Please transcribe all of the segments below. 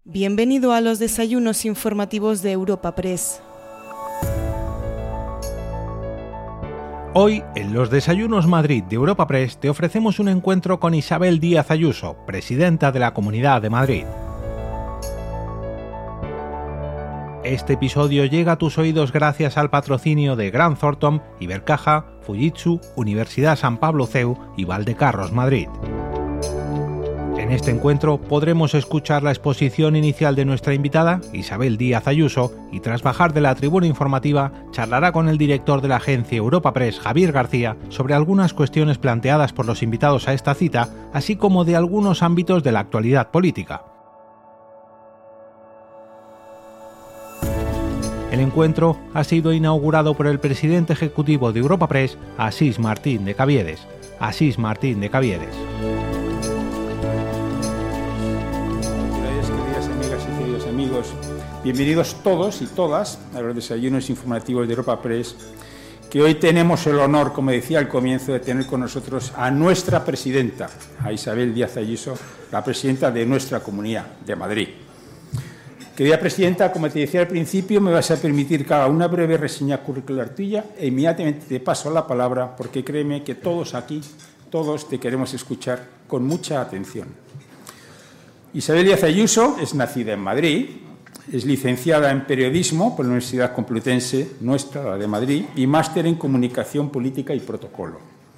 Bienvenido a los desayunos informativos de Europa Press. Hoy, en los Desayunos Madrid de Europa Press, te ofrecemos un encuentro con Isabel Díaz Ayuso, presidenta de la Comunidad de Madrid. Este episodio llega a tus oídos gracias al patrocinio de Grant Thornton, Ibercaja, Fujitsu, Universidad San Pablo CEU y Valdecarros Madrid. En este encuentro podremos escuchar la exposición inicial de nuestra invitada, Isabel Díaz Ayuso, y tras bajar de la tribuna informativa, charlará con el director de la agencia Europa Press, Javier García, sobre algunas cuestiones planteadas por los invitados a esta cita, así como de algunos ámbitos de la actualidad política. El encuentro ha sido inaugurado por el presidente ejecutivo de Europa Press, Asís Martín de Caviedes. Asís Martín de Caviedes. Bienvenidos todos y todas a los desayunos informativos de Europa Press, que hoy tenemos el honor, como decía al comienzo, de tener con nosotros a nuestra presidenta, a Isabel Díaz Ayuso, la presidenta de nuestra Comunidad de Madrid. Querida presidenta, como te decía al principio, me vas a permitir que haga una breve reseña curricular tuya e inmediatamente te paso la palabra, porque créeme que todos aquí, todos te queremos escuchar con mucha atención. Isabel Díaz Ayuso es nacida en Madrid. Es licenciada en Periodismo por la Universidad Complutense, nuestra, la de Madrid, y máster en Comunicación Política y Protocolo.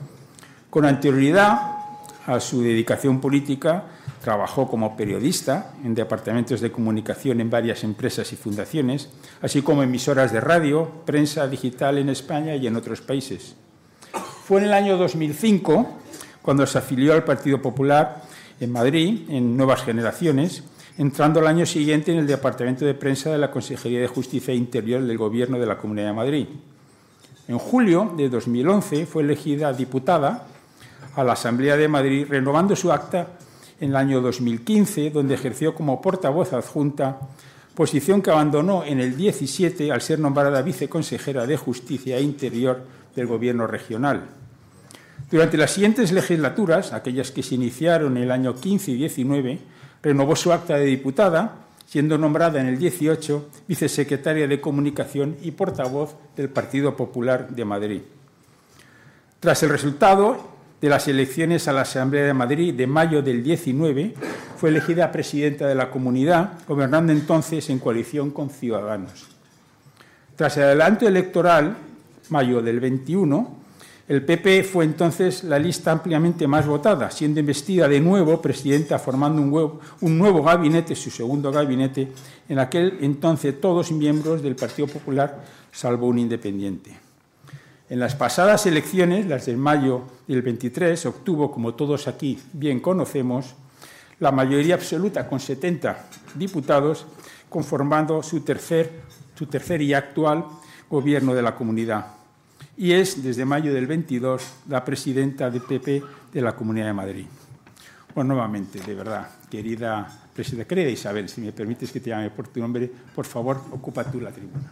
Con anterioridad a su dedicación política, trabajó como periodista en departamentos de comunicación en varias empresas y fundaciones, así como emisoras de radio, prensa digital en España y en otros países. Fue en el año 2005 cuando se afilió al Partido Popular en Madrid, en Nuevas Generaciones, entrando al año siguiente en el Departamento de Prensa de la Consejería de Justicia e Interior del Gobierno de la Comunidad de Madrid. En julio de 2011 fue elegida diputada a la Asamblea de Madrid, renovando su acta en el año 2015, donde ejerció como portavoz adjunta, posición que abandonó en el 17 al ser nombrada viceconsejera de Justicia e Interior del Gobierno regional. Durante las siguientes legislaturas, aquellas que se iniciaron en el año 15 y 19, renovó su acta de diputada, siendo nombrada en el 18 vicesecretaria de Comunicación y portavoz del Partido Popular de Madrid. Tras el resultado de las elecciones a la Asamblea de Madrid de mayo del 19, fue elegida presidenta de la Comunidad, gobernando entonces en coalición con Ciudadanos. Tras el adelanto electoral, mayo del 21, el PP fue entonces la lista ampliamente más votada, siendo investida de nuevo presidenta, formando un nuevo gabinete, su segundo gabinete, en aquel entonces todos miembros del Partido Popular, salvo un independiente. En las pasadas elecciones, las de mayo del 23, obtuvo, como todos aquí bien conocemos, la mayoría absoluta con 70 diputados, conformando su tercer y actual gobierno de la Comunidad. Y es, desde mayo del 22, la presidenta del PP de la Comunidad de Madrid. Bueno, nuevamente, de verdad, querida presidenta, querida Isabel, si me permites que te llame por tu nombre, por favor, ocupa tú la tribuna.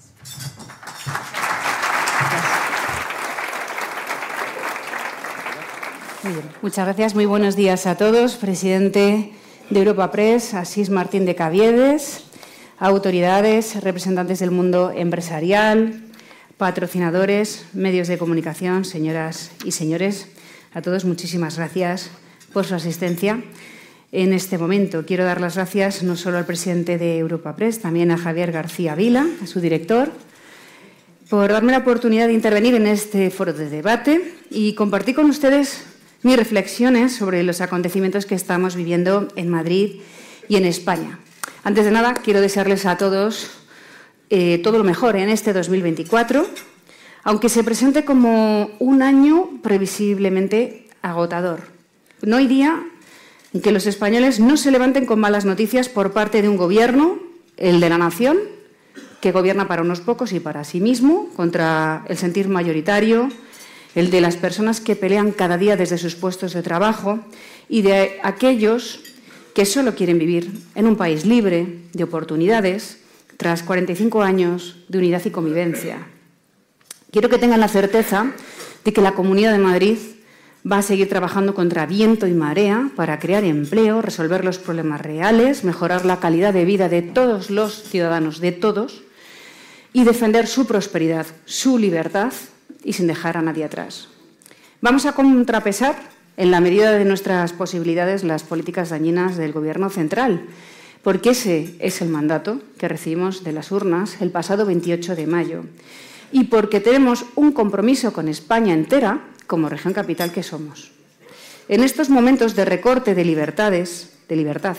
Muy bien. Muchas gracias, muy buenos días a todos. Presidente de Europa Press, Asís Martín de Caviedes, autoridades, representantes del mundo empresarial, patrocinadores, medios de comunicación, señoras y señores, a todos muchísimas gracias por su asistencia. En este momento quiero dar las gracias no solo al presidente de Europa Press, también a Javier García Vila, a su director, por darme la oportunidad de intervenir en este foro de debate y compartir con ustedes mis reflexiones sobre los acontecimientos que estamos viviendo en Madrid y en España. Antes de nada, quiero desearles a todos todo lo mejor en este 2024, aunque se presente como un año previsiblemente agotador. No hay día en que los españoles no se levanten con malas noticias por parte de un gobierno, el de la nación, que gobierna para unos pocos y para sí mismo, contra el sentir mayoritario, el de las personas que pelean cada día desde sus puestos de trabajo y de aquellos que solo quieren vivir en un país libre de oportunidades tras 45 años de unidad y convivencia. Quiero que tengan la certeza de que la Comunidad de Madrid Va a seguir trabajando contra viento y marea para crear empleo, resolver los problemas reales, mejorar la calidad de vida de todos los ciudadanos, de todos, y defender su prosperidad, su libertad y sin dejar a nadie atrás. Vamos a contrapesar, en la medida de nuestras posibilidades, las políticas dañinas del Gobierno central, porque ese es el mandato que recibimos de las urnas el pasado 28 de mayo y porque tenemos un compromiso con España entera como región capital que somos. En estos momentos de recorte de libertades, de libertad,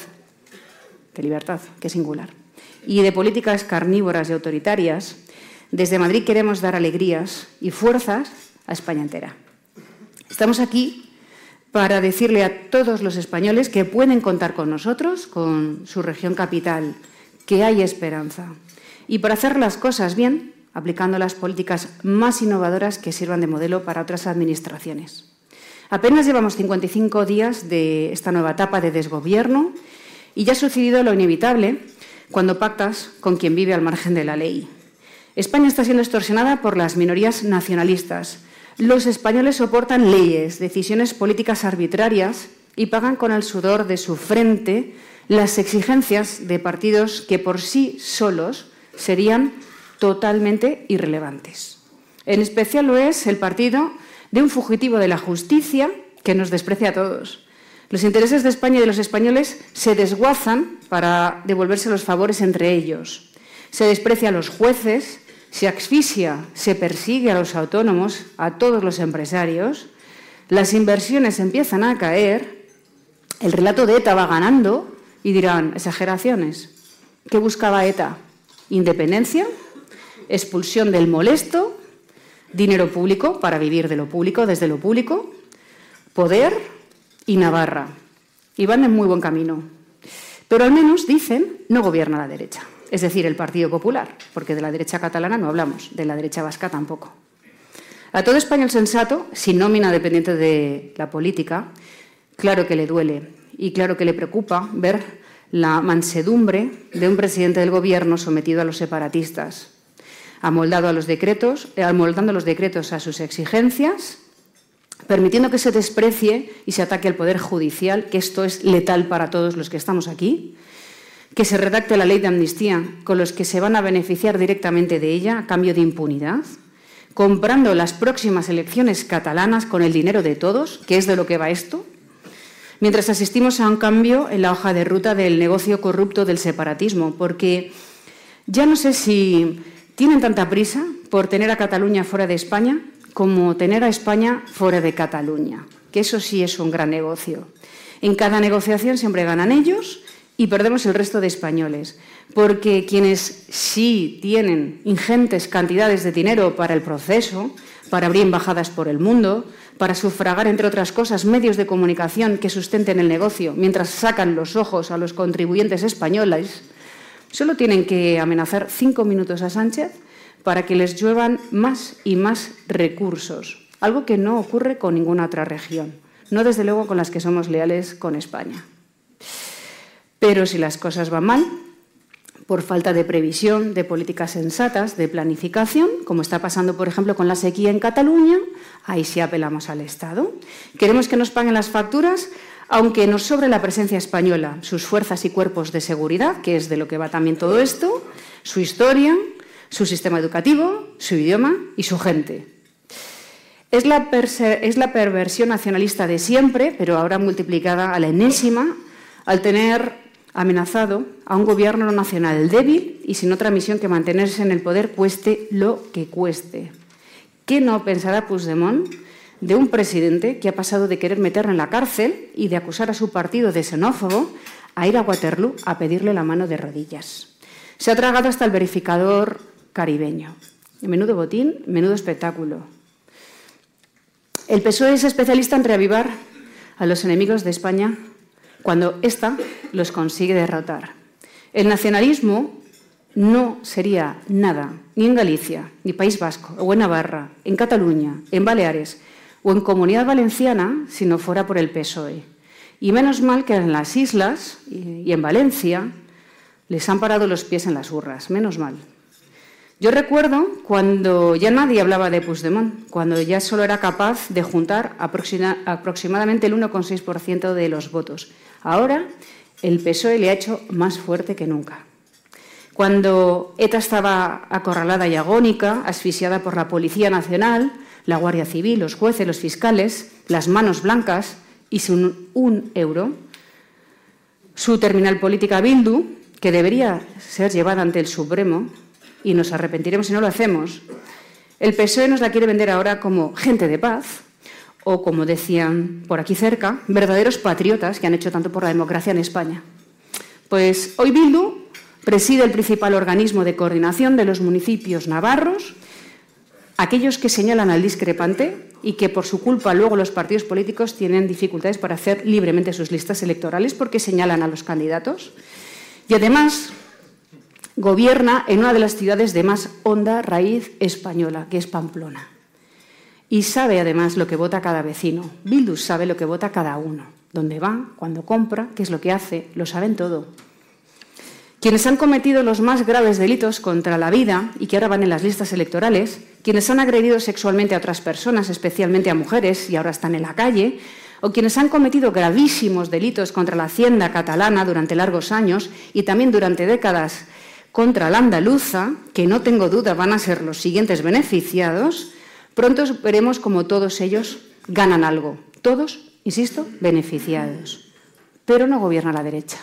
que es singular, y de políticas carnívoras y autoritarias, desde Madrid queremos dar alegrías y fuerzas a España entera. Estamos aquí para decirle a todos los españoles que pueden contar con nosotros, con su región capital, que hay esperanza. Y para hacer las cosas bien, aplicando las políticas más innovadoras que sirvan de modelo para otras administraciones. Apenas llevamos 55 días de esta nueva etapa de desgobierno y ya ha sucedido lo inevitable cuando pactas con quien vive al margen de la ley. España está siendo extorsionada por las minorías nacionalistas. Los españoles soportan leyes, decisiones políticas arbitrarias y pagan con el sudor de su frente las exigencias de partidos que por sí solos serían totalmente irrelevantes. En especial lo es el partido de un fugitivo de la justicia que nos desprecia a todos. Los intereses de España y de los españoles se desguazan para devolverse los favores entre ellos. Se desprecia a los jueces, se asfixia, se persigue a los autónomos, a todos los empresarios, las inversiones empiezan a caer, el relato de ETA va ganando y dirán, exageraciones. ¿Qué buscaba ETA? Independencia, expulsión del molesto, dinero público para vivir de lo público, desde lo público, poder y Navarra. Y van en muy buen camino. Pero al menos, dicen, no gobierna la derecha. Es decir, el Partido Popular, porque de la derecha catalana no hablamos, de la derecha vasca tampoco. A todo español sensato, sin nómina dependiente de la política, claro que le duele y claro que le preocupa ver la mansedumbre de un presidente del Gobierno sometido a los separatistas, amoldando los decretos a sus exigencias, permitiendo que se desprecie y se ataque al Poder Judicial, que esto es letal para todos los que estamos aquí, que se redacte la ley de amnistía con los que se van a beneficiar directamente de ella a cambio de impunidad, comprando las próximas elecciones catalanas con el dinero de todos, que es de lo que va esto, mientras asistimos a un cambio en la hoja de ruta del negocio corrupto del separatismo, porque ya no sé si tienen tanta prisa por tener a Cataluña fuera de España como tener a España fuera de Cataluña, que eso sí es un gran negocio. En cada negociación siempre ganan ellos y perdemos el resto de españoles, porque quienes sí tienen ingentes cantidades de dinero para el proceso, para abrir embajadas por el mundo, para sufragar, entre otras cosas, medios de comunicación que sustenten el negocio, mientras sacan los ojos a los contribuyentes españoles, solo tienen que amenazar 5 minutos a Sánchez para que les lluevan más y más recursos, algo que no ocurre con ninguna otra región, no desde luego con las que somos leales con España. Pero si las cosas van mal, por falta de previsión, de políticas sensatas, de planificación, como está pasando, por ejemplo, con la sequía en Cataluña, ahí sí apelamos al Estado. Queremos que nos paguen las facturas, aunque nos sobre la presencia española, sus fuerzas y cuerpos de seguridad, que es de lo que va también todo esto, su historia, su sistema educativo, su idioma y su gente. Es la perversión nacionalista de siempre, pero ahora multiplicada a la enésima, al tener amenazado a un gobierno nacional débil y sin otra misión que mantenerse en el poder cueste lo que cueste. ¿Qué no pensará Puigdemont de un presidente que ha pasado de querer meterlo en la cárcel y de acusar a su partido de xenófobo a ir a Waterloo a pedirle la mano de rodillas? Se ha tragado hasta el verificador caribeño. Menudo botín, menudo espectáculo. El PSOE es especialista en reavivar a los enemigos de España cuando ésta los consigue derrotar. El nacionalismo no sería nada, ni en Galicia, ni País Vasco, o en Navarra, en Cataluña, en Baleares o en Comunidad Valenciana si no fuera por el PSOE. Y menos mal que en las islas y en Valencia les han parado los pies en las urras, menos mal. Yo recuerdo cuando ya nadie hablaba de Puigdemont, cuando ya solo era capaz de juntar aproximadamente el 1,6% de los votos. Ahora el PSOE le ha hecho más fuerte que nunca. Cuando ETA estaba acorralada y agónica, asfixiada por la Policía Nacional, la Guardia Civil, los jueces, los fiscales, las manos blancas y sin un euro, su terminal política Bildu, que debería ser llevada ante el Supremo, y nos arrepentiremos si no lo hacemos, el PSOE nos la quiere vender ahora como gente de paz o, como decían por aquí cerca, verdaderos patriotas que han hecho tanto por la democracia en España. Pues hoy Bildu preside el principal organismo de coordinación de los municipios navarros, aquellos que señalan al discrepante y que por su culpa luego los partidos políticos tienen dificultades para hacer libremente sus listas electorales porque señalan a los candidatos. Y además gobierna en una de las ciudades de más honda raíz española, que es Pamplona. Y sabe además lo que vota cada vecino. Bildu sabe lo que vota cada uno, dónde va, cuándo compra, qué es lo que hace, lo saben todo. Quienes han cometido los más graves delitos contra la vida y que ahora van en las listas electorales, quienes han agredido sexualmente a otras personas, especialmente a mujeres, y ahora están en la calle, o quienes han cometido gravísimos delitos contra la hacienda catalana durante largos años y también durante décadas contra la andaluza, que no tengo duda van a ser los siguientes beneficiados, pronto veremos como todos ellos ganan algo. Todos, insisto, beneficiados. Pero no gobierna la derecha.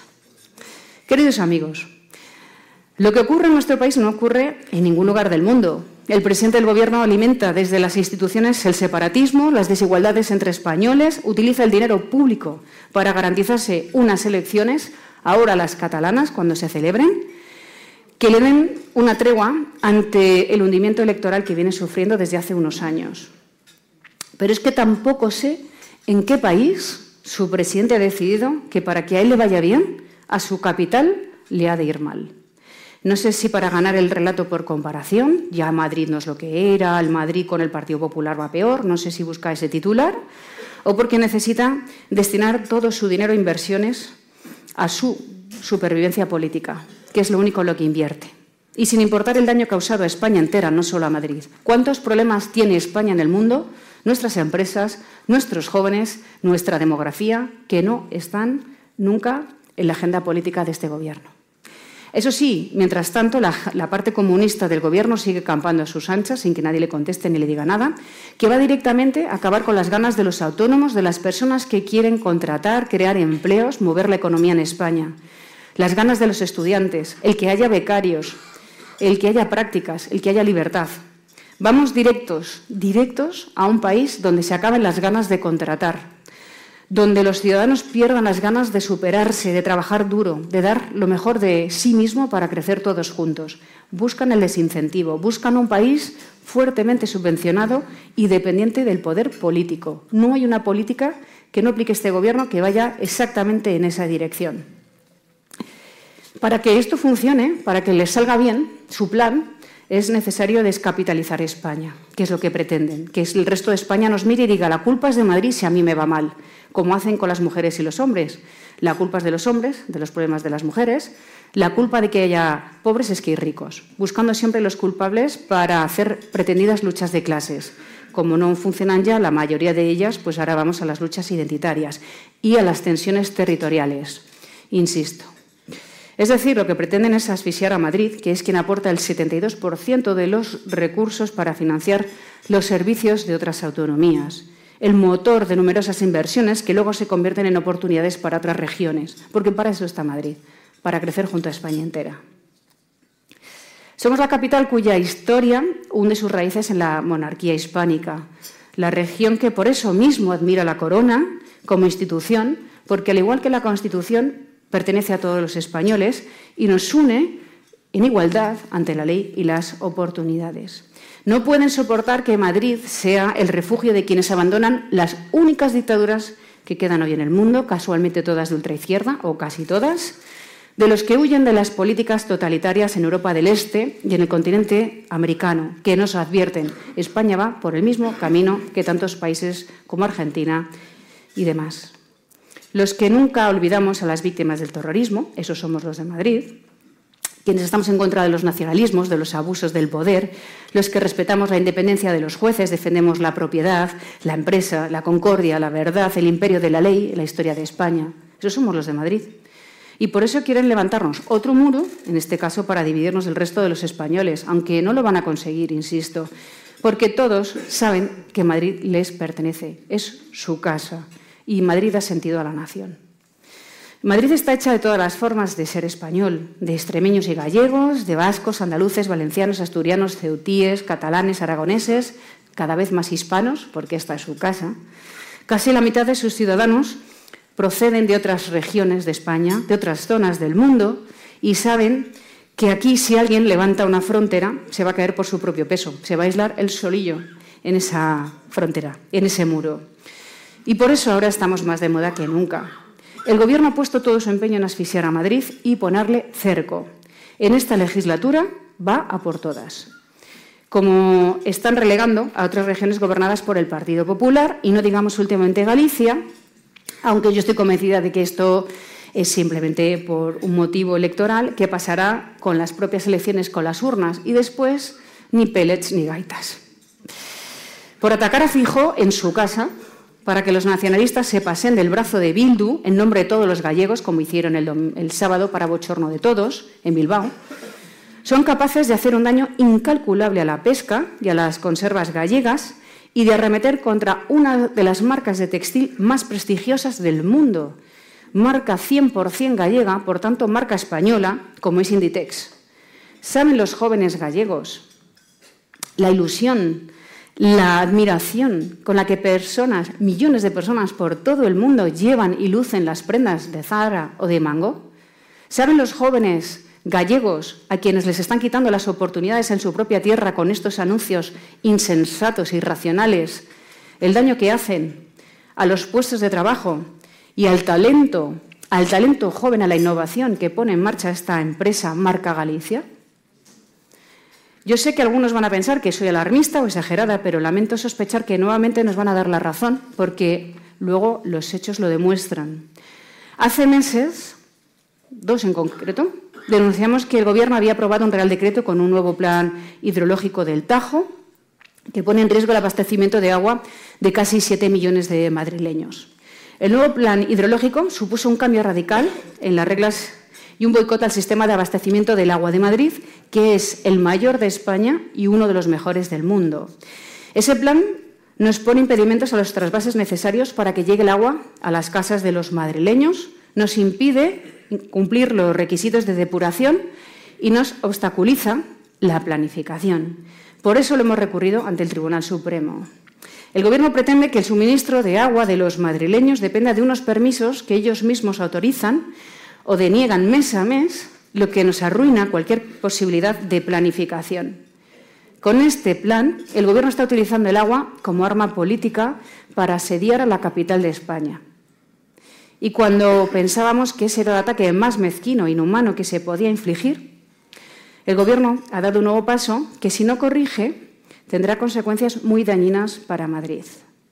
Queridos amigos, lo que ocurre en nuestro país no ocurre en ningún lugar del mundo. El presidente del Gobierno alimenta desde las instituciones el separatismo, las desigualdades entre españoles, utiliza el dinero público para garantizarse unas elecciones, ahora las catalanas, cuando se celebren, que le den una tregua ante el hundimiento electoral que viene sufriendo desde hace unos años. Pero es que tampoco sé en qué país su presidente ha decidido que para que a él le vaya bien, a su capital le ha de ir mal. No sé si para ganar el relato por comparación, ya Madrid no es lo que era, el Madrid con el Partido Popular va peor, no sé si busca ese titular, o porque necesita destinar todo su dinero a inversiones a su supervivencia política, que es lo único en lo que invierte. Y sin importar el daño causado a España entera, no solo a Madrid. ¿Cuántos problemas tiene España en el mundo? Nuestras empresas, nuestros jóvenes, nuestra demografía, que no están nunca en la agenda política de este Gobierno. Eso sí, mientras tanto, la parte comunista del Gobierno sigue campando a sus anchas sin que nadie le conteste ni le diga nada, que va directamente a acabar con las ganas de los autónomos, de las personas que quieren contratar, crear empleos, mover la economía en España, las ganas de los estudiantes, el que haya becarios, el que haya prácticas, el que haya libertad. Vamos directos a un país donde se acaben las ganas de contratar, donde los ciudadanos pierdan las ganas de superarse, de trabajar duro, de dar lo mejor de sí mismo para crecer todos juntos. Buscan el desincentivo, buscan un país fuertemente subvencionado y dependiente del poder político. No hay una política que no aplique este Gobierno que vaya exactamente en esa dirección. Para que esto funcione, para que les salga bien su plan, es necesario descapitalizar España, que es lo que pretenden, que el resto de España nos mire y diga la culpa es de Madrid si a mí me va mal, como hacen con las mujeres y los hombres. La culpa es de los hombres, de los problemas de las mujeres, la culpa de que haya pobres es que hay ricos, buscando siempre los culpables para hacer pretendidas luchas de clases. Como no funcionan ya la mayoría de ellas, pues ahora vamos a las luchas identitarias y a las tensiones territoriales. Insisto. Es decir, lo que pretenden es asfixiar a Madrid, que es quien aporta el 72% de los recursos para financiar los servicios de otras autonomías, el motor de numerosas inversiones que luego se convierten en oportunidades para otras regiones, porque para eso está Madrid, para crecer junto a España entera. Somos la capital cuya historia hunde sus raíces en la monarquía hispánica, la región que por eso mismo admira la corona como institución, porque al igual que la Constitución, pertenece a todos los españoles y nos une en igualdad ante la ley y las oportunidades. No pueden soportar que Madrid sea el refugio de quienes abandonan las únicas dictaduras que quedan hoy en el mundo, casualmente todas de ultraizquierda o casi todas, de los que huyen de las políticas totalitarias en Europa del Este y en el continente americano, que nos advierten, España va por el mismo camino que tantos países como Argentina y demás. Los que nunca olvidamos a las víctimas del terrorismo, esos somos los de Madrid, quienes estamos en contra de los nacionalismos, de los abusos del poder, los que respetamos la independencia de los jueces, defendemos la propiedad, la empresa, la concordia, la verdad, el imperio de la ley, la historia de España. Esos somos los de Madrid. Y por eso quieren levantarnos otro muro, en este caso para dividirnos del resto de los españoles, aunque no lo van a conseguir, insisto, porque todos saben que Madrid les pertenece, es su casa, y Madrid da sentido a la nación. Madrid está hecha de todas las formas de ser español, de extremeños y gallegos, de vascos, andaluces, valencianos, asturianos, ceutíes, catalanes, aragoneses, cada vez más hispanos, porque esta es su casa. Casi la mitad de sus ciudadanos proceden de otras regiones de España, de otras zonas del mundo, y saben que aquí si alguien levanta una frontera se va a caer por su propio peso, se va a aislar él solillo en esa frontera, en ese muro. Y por eso ahora estamos más de moda que nunca. El Gobierno ha puesto todo su empeño en asfixiar a Madrid y ponerle cerco. En esta legislatura va a por todas. Como están relegando a otras regiones gobernadas por el Partido Popular, y no digamos últimamente Galicia, aunque yo estoy convencida de que esto es simplemente por un motivo electoral que pasará con las propias elecciones con las urnas y después ni pellets ni gaitas. Por atacar a Feijóo en su casa, para que los nacionalistas se pasen del brazo de Bildu en nombre de todos los gallegos, como hicieron el sábado para bochorno de todos en Bilbao, son capaces de hacer un daño incalculable a la pesca y a las conservas gallegas y de arremeter contra una de las marcas de textil más prestigiosas del mundo, marca 100% gallega, por tanto marca española, como es Inditex. ¿Saben los jóvenes gallegos la ilusión, la admiración con la que millones de personas por todo el mundo llevan y lucen las prendas de Zara o de Mango? ¿Saben los jóvenes gallegos a quienes les están quitando las oportunidades en su propia tierra con estos anuncios insensatos e irracionales, el daño que hacen a los puestos de trabajo y al talento joven, a la innovación que pone en marcha esta empresa Marca Galicia? Yo sé que algunos van a pensar que soy alarmista o exagerada, pero lamento sospechar que nuevamente nos van a dar la razón, porque luego los hechos lo demuestran. Hace meses, 2 en concreto, denunciamos que el Gobierno había aprobado un Real Decreto con un nuevo plan hidrológico del Tajo que pone en riesgo el abastecimiento de agua de casi 7 millones de madrileños. El nuevo plan hidrológico supuso un cambio radical en las reglas y un boicot al sistema de abastecimiento del agua de Madrid, que es el mayor de España y uno de los mejores del mundo. Ese plan nos pone impedimentos a los trasvases necesarios para que llegue el agua a las casas de los madrileños, nos impide cumplir los requisitos de depuración y nos obstaculiza la planificación. Por eso lo hemos recurrido ante el Tribunal Supremo. El Gobierno pretende que el suministro de agua de los madrileños dependa de unos permisos que ellos mismos autorizan o deniegan mes a mes, lo que nos arruina cualquier posibilidad de planificación. Con este plan, el Gobierno está utilizando el agua como arma política para asediar a la capital de España. Y cuando pensábamos que ese era el ataque más mezquino e inhumano que se podía infligir, el Gobierno ha dado un nuevo paso que, si no corrige, tendrá consecuencias muy dañinas para Madrid.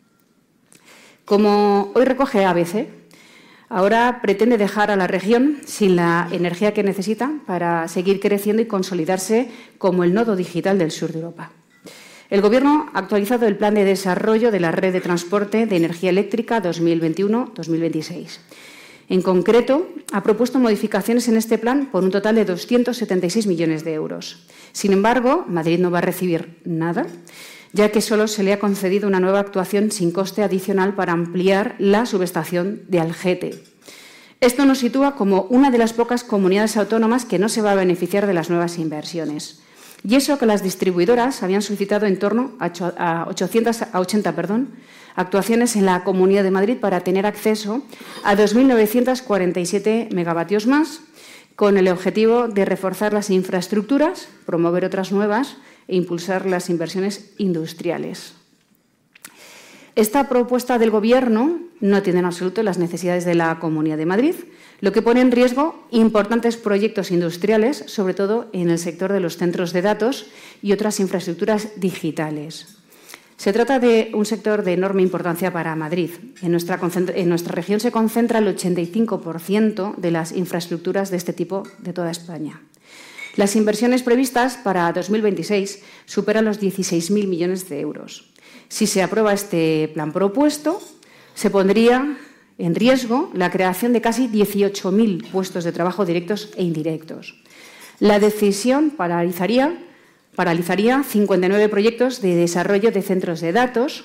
Como hoy recoge ABC, ahora pretende dejar a la región sin la energía que necesita para seguir creciendo y consolidarse como el nodo digital del sur de Europa. El Gobierno ha actualizado el Plan de Desarrollo de la Red de Transporte de Energía Eléctrica 2021-2026. En concreto, ha propuesto modificaciones en este plan por un total de 276 millones de euros. Sin embargo, Madrid no va a recibir nada, ya que solo se le ha concedido una nueva actuación sin coste adicional para ampliar la subestación de Algete. Esto nos sitúa como una de las pocas comunidades autónomas que no se va a beneficiar de las nuevas inversiones. Y eso que las distribuidoras habían solicitado en torno a 80 actuaciones en la Comunidad de Madrid para tener acceso a 2.947 megavatios más, con el objetivo de reforzar las infraestructuras, promover otras nuevas e impulsar las inversiones industriales. Esta propuesta del Gobierno no atiende en absoluto las necesidades de la Comunidad de Madrid, lo que pone en riesgo importantes proyectos industriales, sobre todo en el sector de los centros de datos y otras infraestructuras digitales. Se trata de un sector de enorme importancia para Madrid. En nuestra región se concentra el 85% de las infraestructuras de este tipo de toda España. Las inversiones previstas para 2026 superan los 16.000 millones de euros. Si se aprueba este plan propuesto, se pondría en riesgo la creación de casi 18.000 puestos de trabajo directos e indirectos. La decisión paralizaría 59 proyectos de desarrollo de centros de datos,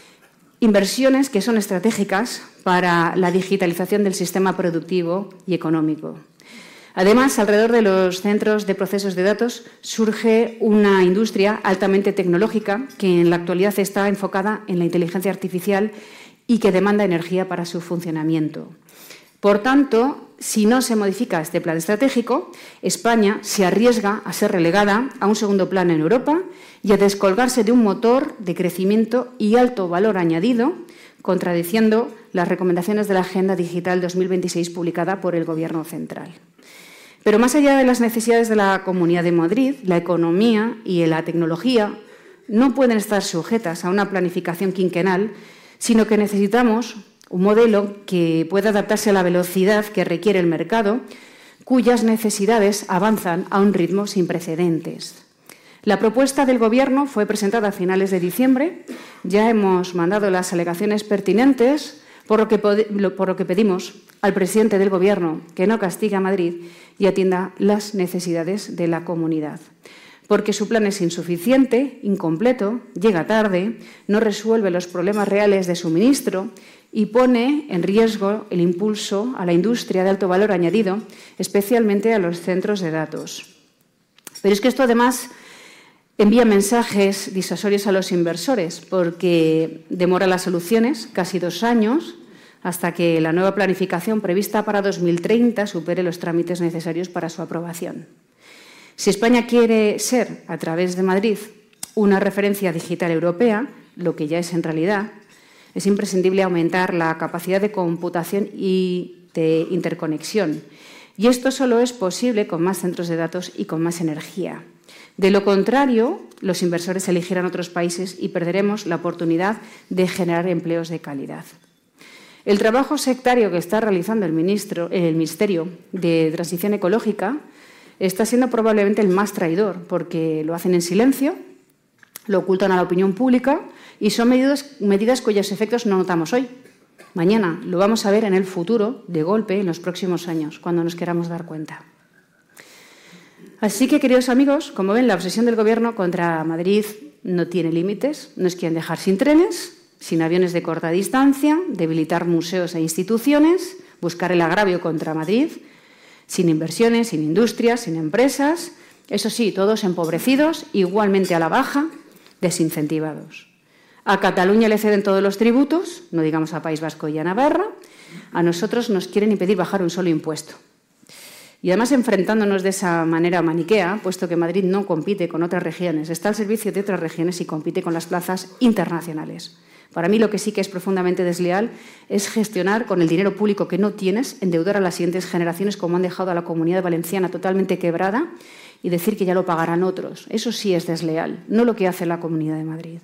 inversiones que son estratégicas para la digitalización del sistema productivo y económico. Además, alrededor de los centros de procesos de datos surge una industria altamente tecnológica que en la actualidad está enfocada en la inteligencia artificial y que demanda energía para su funcionamiento. Por tanto, si no se modifica este plan estratégico, España se arriesga a ser relegada a un segundo plano en Europa y a descolgarse de un motor de crecimiento y alto valor añadido, contradiciendo las recomendaciones de la Agenda Digital 2026 publicada por el Gobierno central. Pero más allá de las necesidades de la Comunidad de Madrid, la economía y la tecnología no pueden estar sujetas a una planificación quinquenal, sino que necesitamos un modelo que pueda adaptarse a la velocidad que requiere el mercado, cuyas necesidades avanzan a un ritmo sin precedentes. La propuesta del Gobierno fue presentada a finales de diciembre. Ya hemos mandado las alegaciones pertinentes, por lo que pedimos al presidente del Gobierno que no castigue a Madrid y atienda las necesidades de la comunidad. Porque su plan es insuficiente, incompleto, llega tarde, no resuelve los problemas reales de suministro y pone en riesgo el impulso a la industria de alto valor añadido, especialmente a los centros de datos. Pero es que esto además envía mensajes disuasorios a los inversores porque demora las soluciones casi 2 años hasta que la nueva planificación prevista para 2030 supere los trámites necesarios para su aprobación. Si España quiere ser, a través de Madrid, una referencia digital europea, lo que ya es en realidad, es imprescindible aumentar la capacidad de computación y de interconexión. Y esto solo es posible con más centros de datos y con más energía. De lo contrario, los inversores elegirán otros países y perderemos la oportunidad de generar empleos de calidad. El trabajo sectario que está realizando el Ministerio de Transición Ecológica está siendo probablemente el más traidor, porque lo hacen en silencio, lo ocultan a la opinión pública y son medidas cuyos efectos no notamos hoy. Mañana lo vamos a ver en el futuro, de golpe, en los próximos años, cuando nos queramos dar cuenta. Así que, queridos amigos, como ven, la obsesión del Gobierno contra Madrid no tiene límites. Nos quieren dejar sin trenes, sin aviones de corta distancia, debilitar museos e instituciones, buscar el agravio contra Madrid, sin inversiones, sin industrias, sin empresas. Eso sí, todos empobrecidos, igualmente a la baja, desincentivados. A Cataluña le ceden todos los tributos, no digamos a País Vasco y a Navarra. A nosotros nos quieren impedir bajar un solo impuesto. Y además enfrentándonos de esa manera maniquea, puesto que Madrid no compite con otras regiones, está al servicio de otras regiones y compite con las plazas internacionales. Para mí lo que sí que es profundamente desleal es gestionar con el dinero público que no tienes, endeudar a las siguientes generaciones como han dejado a la Comunidad Valenciana totalmente quebrada y decir que ya lo pagarán otros. Eso sí es desleal, no lo que hace la Comunidad de Madrid.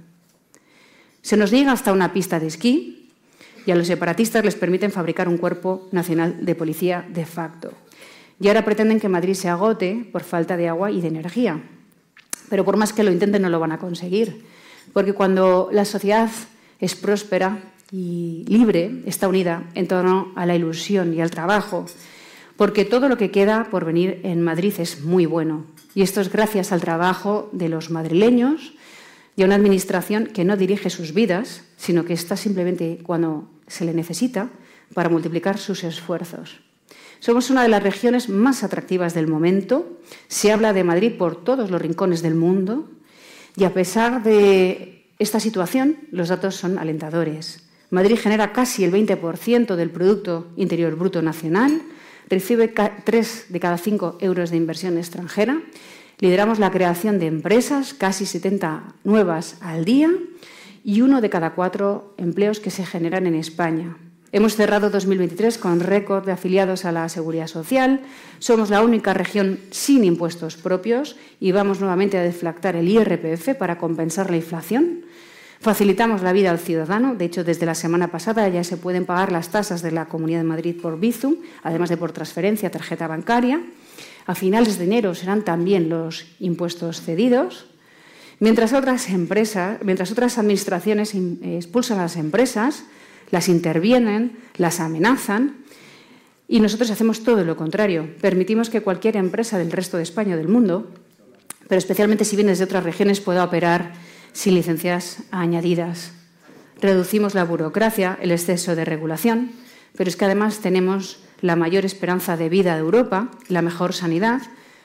Se nos niega hasta una pista de esquí y a los separatistas les permiten fabricar un cuerpo nacional de policía de facto. Y ahora pretenden que Madrid se agote por falta de agua y de energía. Pero por más que lo intenten no lo van a conseguir, porque cuando la sociedad es próspera y libre, está unida en torno a la ilusión y al trabajo, porque todo lo que queda por venir en Madrid es muy bueno. Y esto es gracias al trabajo de los madrileños y a una administración que no dirige sus vidas, sino que está simplemente cuando se le necesita para multiplicar sus esfuerzos. Somos una de las regiones más atractivas del momento. Se habla de Madrid por todos los rincones del mundo y a pesar de esta situación, los datos son alentadores. Madrid genera casi el 20% del Producto Interior Bruto Nacional, recibe 3 de cada 5 euros de inversión extranjera, lideramos la creación de empresas, casi 70 nuevas al día, y 1 de cada 4 empleos que se generan en España. Hemos cerrado 2023 con récord de afiliados a la Seguridad Social, somos la única región sin impuestos propios y vamos nuevamente a deflactar el IRPF para compensar la inflación. Facilitamos la vida al ciudadano, de hecho desde la semana pasada ya se pueden pagar las tasas de la Comunidad de Madrid por Bizum, además de por transferencia, tarjeta bancaria. A finales de enero serán también los impuestos cedidos. Mientras otras administraciones expulsan a las empresas, las intervienen, las amenazan, y nosotros hacemos todo lo contrario. Permitimos que cualquier empresa del resto de España o del mundo, pero especialmente si vienes de otras regiones, pueda operar sin licencias añadidas. Reducimos la burocracia, el exceso de regulación, pero es que además tenemos la mayor esperanza de vida de Europa, la mejor sanidad,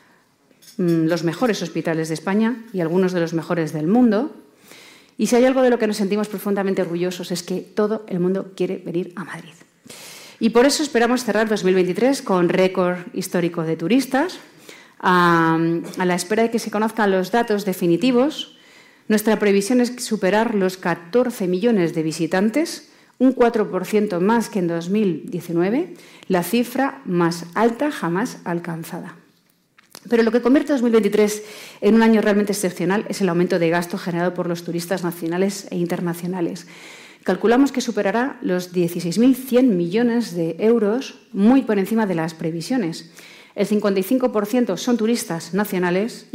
los mejores hospitales de España y algunos de los mejores del mundo. Y si hay algo de lo que nos sentimos profundamente orgullosos es que todo el mundo quiere venir a Madrid. Y por eso esperamos cerrar 2023 con récord histórico de turistas. A la espera de que se conozcan los datos definitivos, nuestra previsión es superar los 14 millones de visitantes, un 4% más que en 2019, la cifra más alta jamás alcanzada. Pero lo que convierte 2023 en un año realmente excepcional es el aumento de gasto generado por los turistas nacionales e internacionales. Calculamos que superará los 16.100 millones de euros, muy por encima de las previsiones. El 55% son turistas internacionales,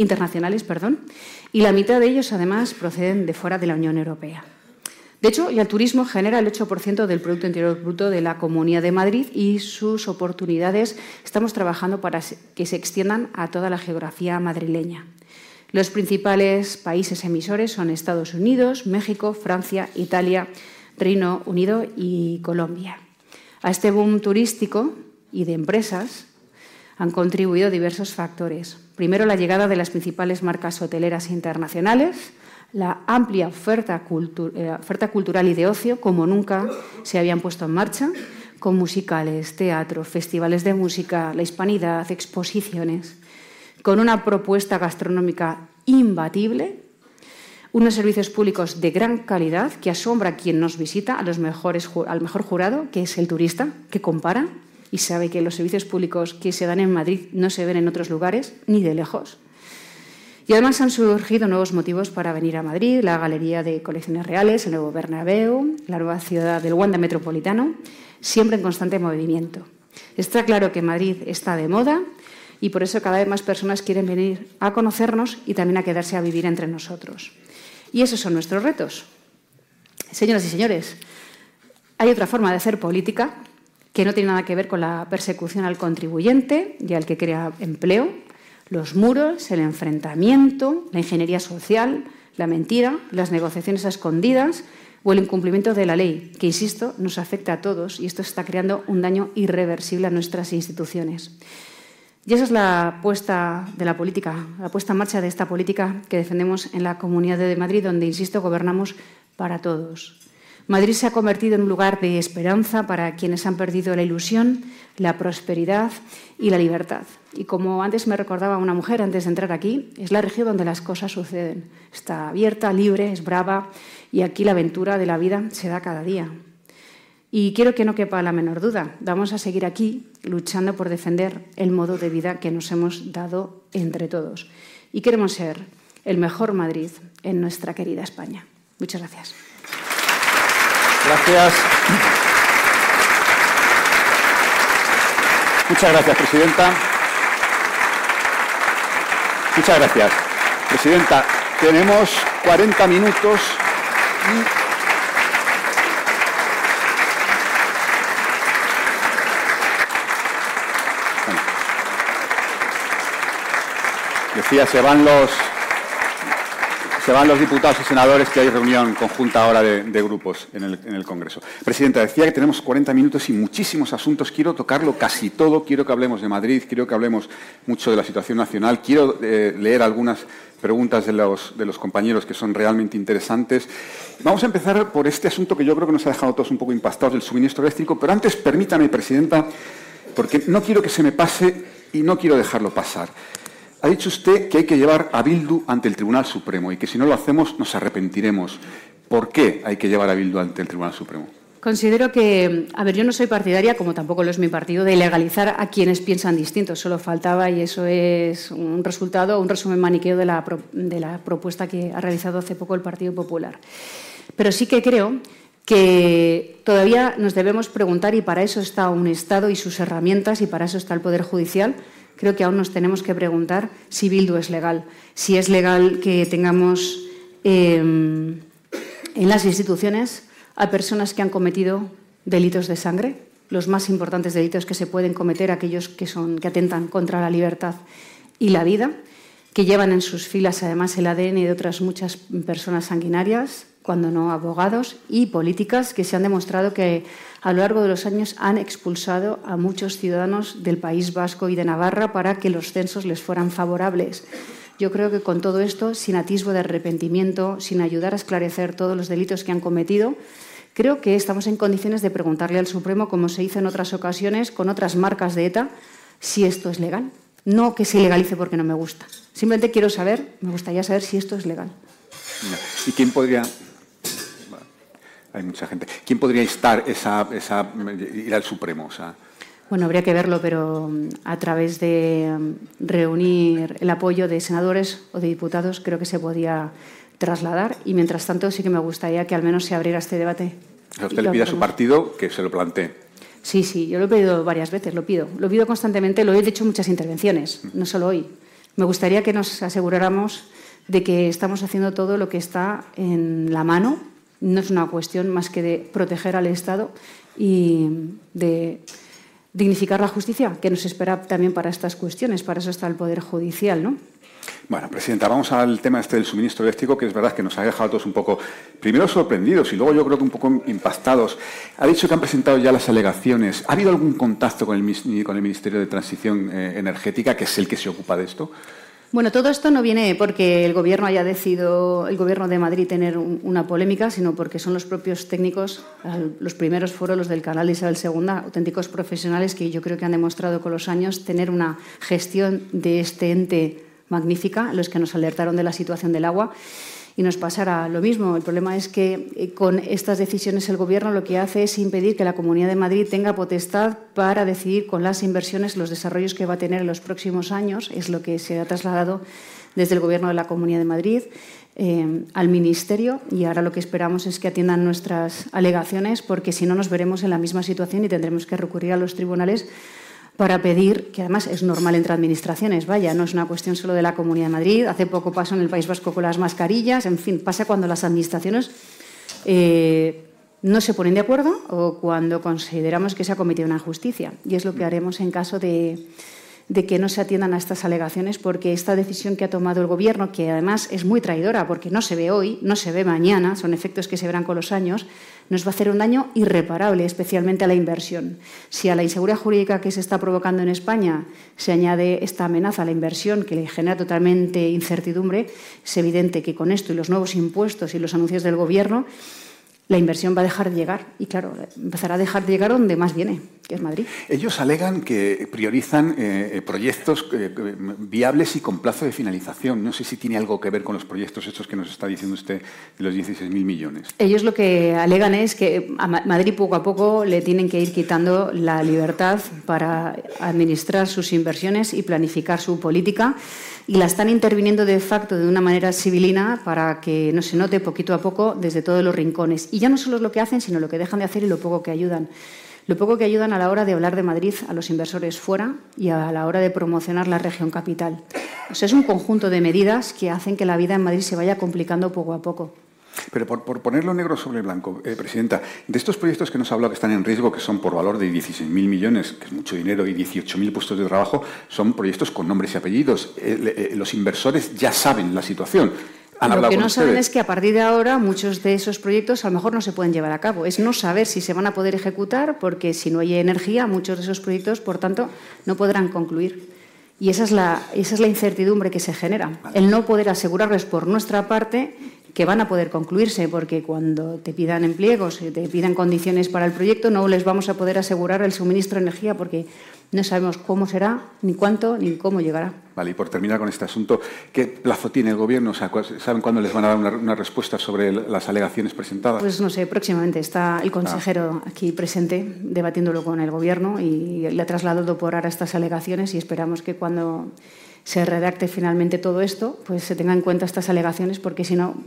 y la mitad de ellos, además, proceden de fuera de la Unión Europea. De hecho, el turismo genera el 8% del Producto Interior Bruto de la Comunidad de Madrid y sus oportunidades estamos trabajando para que se extiendan a toda la geografía madrileña. Los principales países emisores son Estados Unidos, México, Francia, Italia, Reino Unido y Colombia. A este boom turístico y de empresas han contribuido diversos factores. Primero, la llegada de las principales marcas hoteleras internacionales, la amplia oferta cultural y de ocio, como nunca se habían puesto en marcha, con musicales, teatro, festivales de música, la hispanidad, exposiciones, con una propuesta gastronómica imbatible, unos servicios públicos de gran calidad que asombra a quien nos visita, al mejor jurado, que es el turista, que compara y sabe que los servicios públicos que se dan en Madrid no se ven en otros lugares, ni de lejos. Y además han surgido nuevos motivos para venir a Madrid, la Galería de Colecciones Reales, el nuevo Bernabéu, la nueva ciudad del Wanda Metropolitano, siempre en constante movimiento. Está claro que Madrid está de moda y por eso cada vez más personas quieren venir a conocernos y también a quedarse a vivir entre nosotros. Y esos son nuestros retos. Señoras y señores, hay otra forma de hacer política que no tiene nada que ver con la persecución al contribuyente y al que crea empleo, los muros, el enfrentamiento, la ingeniería social, la mentira, las negociaciones a escondidas o el incumplimiento de la ley, que, insisto, nos afecta a todos y esto está creando un daño irreversible a nuestras instituciones. Y esa es la puesta de la política, la puesta en marcha de esta política que defendemos en la Comunidad de Madrid, donde, insisto, gobernamos para todos. Madrid se ha convertido en un lugar de esperanza para quienes han perdido la ilusión, la prosperidad y la libertad. Y como antes me recordaba una mujer antes de entrar aquí, es la región donde las cosas suceden. Está abierta, libre, es brava y aquí la aventura de la vida se da cada día. Y quiero que no quepa la menor duda, vamos a seguir aquí luchando por defender el modo de vida que nos hemos dado entre todos. Y queremos ser el mejor Madrid en nuestra querida España. Muchas gracias. Gracias. Muchas gracias, Presidenta. Muchas gracias. Presidenta, tenemos 40 minutos y... Decía, se van los diputados y senadores, que hay reunión conjunta ahora de grupos en el Congreso. Presidenta, decía que tenemos 40 minutos y muchísimos asuntos. Quiero tocarlo casi todo. Quiero que hablemos de Madrid, quiero que hablemos mucho de la situación nacional. Quiero leer algunas preguntas de los compañeros que son realmente interesantes. Vamos a empezar por este asunto que yo creo que nos ha dejado a todos un poco impastados, del suministro eléctrico. Pero antes, permítame, Presidenta, porque no quiero que se me pase y no quiero dejarlo pasar. Ha dicho usted que hay que llevar a Bildu ante el Tribunal Supremo y que si no lo hacemos nos arrepentiremos. ¿Por qué hay que llevar a Bildu ante el Tribunal Supremo? Considero que, yo no soy partidaria, como tampoco lo es mi partido, de legalizar a quienes piensan distinto. Solo faltaba, y eso es un resumen maniqueo de la propuesta que ha realizado hace poco el Partido Popular. Pero sí que creo que todavía nos debemos preguntar, y para eso está un Estado y sus herramientas, y para eso está el Poder Judicial, creo que aún nos tenemos que preguntar si Bildu es legal, si es legal que tengamos en las instituciones a personas que han cometido delitos de sangre, los más importantes delitos que se pueden cometer, aquellos que atentan contra la libertad y la vida, que llevan en sus filas además el ADN de otras muchas personas sanguinarias, cuando no abogados, y políticas que se han demostrado que a lo largo de los años han expulsado a muchos ciudadanos del País Vasco y de Navarra para que los censos les fueran favorables. Yo creo que con todo esto, sin atisbo de arrepentimiento, sin ayudar a esclarecer todos los delitos que han cometido, creo que estamos en condiciones de preguntarle al Supremo, como se hizo en otras ocasiones, con otras marcas de ETA, si esto es legal. No que se ilegalice porque no me gusta. Simplemente quiero saber, me gustaría saber si esto es legal. ¿Y quién podría...? Bueno, hay mucha gente. ¿Quién podría instar ir al Supremo? O sea... Bueno, habría que verlo, pero a través de reunir el apoyo de senadores o de diputados creo que se podía trasladar, y mientras tanto sí que me gustaría que al menos se abriera este debate. O sea, usted le pide a su partido que se lo plantee. Sí, yo lo he pedido varias veces, lo pido constantemente, lo he dicho en muchas intervenciones, no solo hoy. Me gustaría que nos aseguráramos de que estamos haciendo todo lo que está en la mano. No es una cuestión más que de proteger al Estado y de dignificar la justicia, que nos espera también para estas cuestiones. Para eso está el Poder Judicial, ¿no? Bueno, Presidenta, vamos al tema del suministro eléctrico, que es verdad que nos ha dejado a todos un poco, primero sorprendidos y luego yo creo que un poco impactados. Ha dicho que han presentado ya las alegaciones. ¿Ha habido algún contacto con el Ministerio de Transición Energética, que es el que se ocupa de esto? Bueno, todo esto no viene porque el Gobierno haya decidido, el Gobierno de Madrid, tener una polémica, sino porque son los propios técnicos, los primeros fueron los del canal Isabel II, auténticos profesionales que yo creo que han demostrado con los años tener una gestión de este ente magnífica, los que nos alertaron de la situación del agua, y nos pasará lo mismo. El problema es que con estas decisiones el Gobierno lo que hace es impedir que la Comunidad de Madrid tenga potestad para decidir con las inversiones los desarrollos que va a tener en los próximos años. Es lo que se ha trasladado desde el Gobierno de la Comunidad de Madrid al Ministerio, y ahora lo que esperamos es que atiendan nuestras alegaciones, porque si no nos veremos en la misma situación y tendremos que recurrir a los tribunales para pedir, que además es normal entre administraciones, vaya, no es una cuestión solo de la Comunidad de Madrid. Hace poco pasó en el País Vasco con las mascarillas, en fin, pasa cuando las administraciones no se ponen de acuerdo o cuando consideramos que se ha cometido una injusticia. Y es lo que haremos en caso de que no se atiendan a estas alegaciones, porque esta decisión que ha tomado el Gobierno, que además es muy traidora porque no se ve hoy, no se ve mañana, son efectos que se verán con los años, nos va a hacer un daño irreparable, especialmente a la inversión. Si a la inseguridad jurídica que se está provocando en España se añade esta amenaza a la inversión, que le genera totalmente incertidumbre, es evidente que con esto y los nuevos impuestos y los anuncios del Gobierno, la inversión va a dejar de llegar. Y claro, empezará a dejar de llegar donde más viene, que es Madrid. Ellos alegan que priorizan proyectos viables y con plazo de finalización. No sé si tiene algo que ver con los proyectos estos que nos está diciendo usted de los 16.000 millones. Ellos lo que alegan es que a Madrid poco a poco le tienen que ir quitando la libertad para administrar sus inversiones y planificar su política, y la están interviniendo de facto de una manera civilina para que no se note poquito a poco desde todos los rincones. Y ya no solo es lo que hacen, sino lo que dejan de hacer y lo poco que ayudan. Lo poco que ayudan a la hora de hablar de Madrid a los inversores fuera y a la hora de promocionar la región capital. O sea, es un conjunto de medidas que hacen que la vida en Madrid se vaya complicando poco a poco. Pero por ponerlo negro sobre blanco, Presidenta, de estos proyectos que nos ha hablado que están en riesgo, que son por valor de 16.000 millones, que es mucho dinero, y 18.000 puestos de trabajo, son proyectos con nombres y apellidos. Los inversores ya saben la situación. Lo que no saben es que a partir de ahora muchos de esos proyectos a lo mejor no se pueden llevar a cabo. Es no saber si se van a poder ejecutar, porque si no hay energía, muchos de esos proyectos, por tanto, no podrán concluir. Y esa es la incertidumbre que se genera. El no poder asegurarles por nuestra parte que van a poder concluirse, porque cuando te pidan en pliegos y te pidan condiciones para el proyecto, no les vamos a poder asegurar el suministro de energía porque no sabemos cómo será, ni cuánto, ni cómo llegará. Vale, y por terminar con este asunto, ¿qué plazo tiene el Gobierno? O sea, ¿saben cuándo les van a dar una respuesta sobre las alegaciones presentadas? Pues no sé, próximamente está el consejero aquí presente debatiéndolo con el Gobierno y le ha trasladado por ahora estas alegaciones, y esperamos que cuando se redacte finalmente todo esto, pues se tenga en cuenta estas alegaciones, porque si no,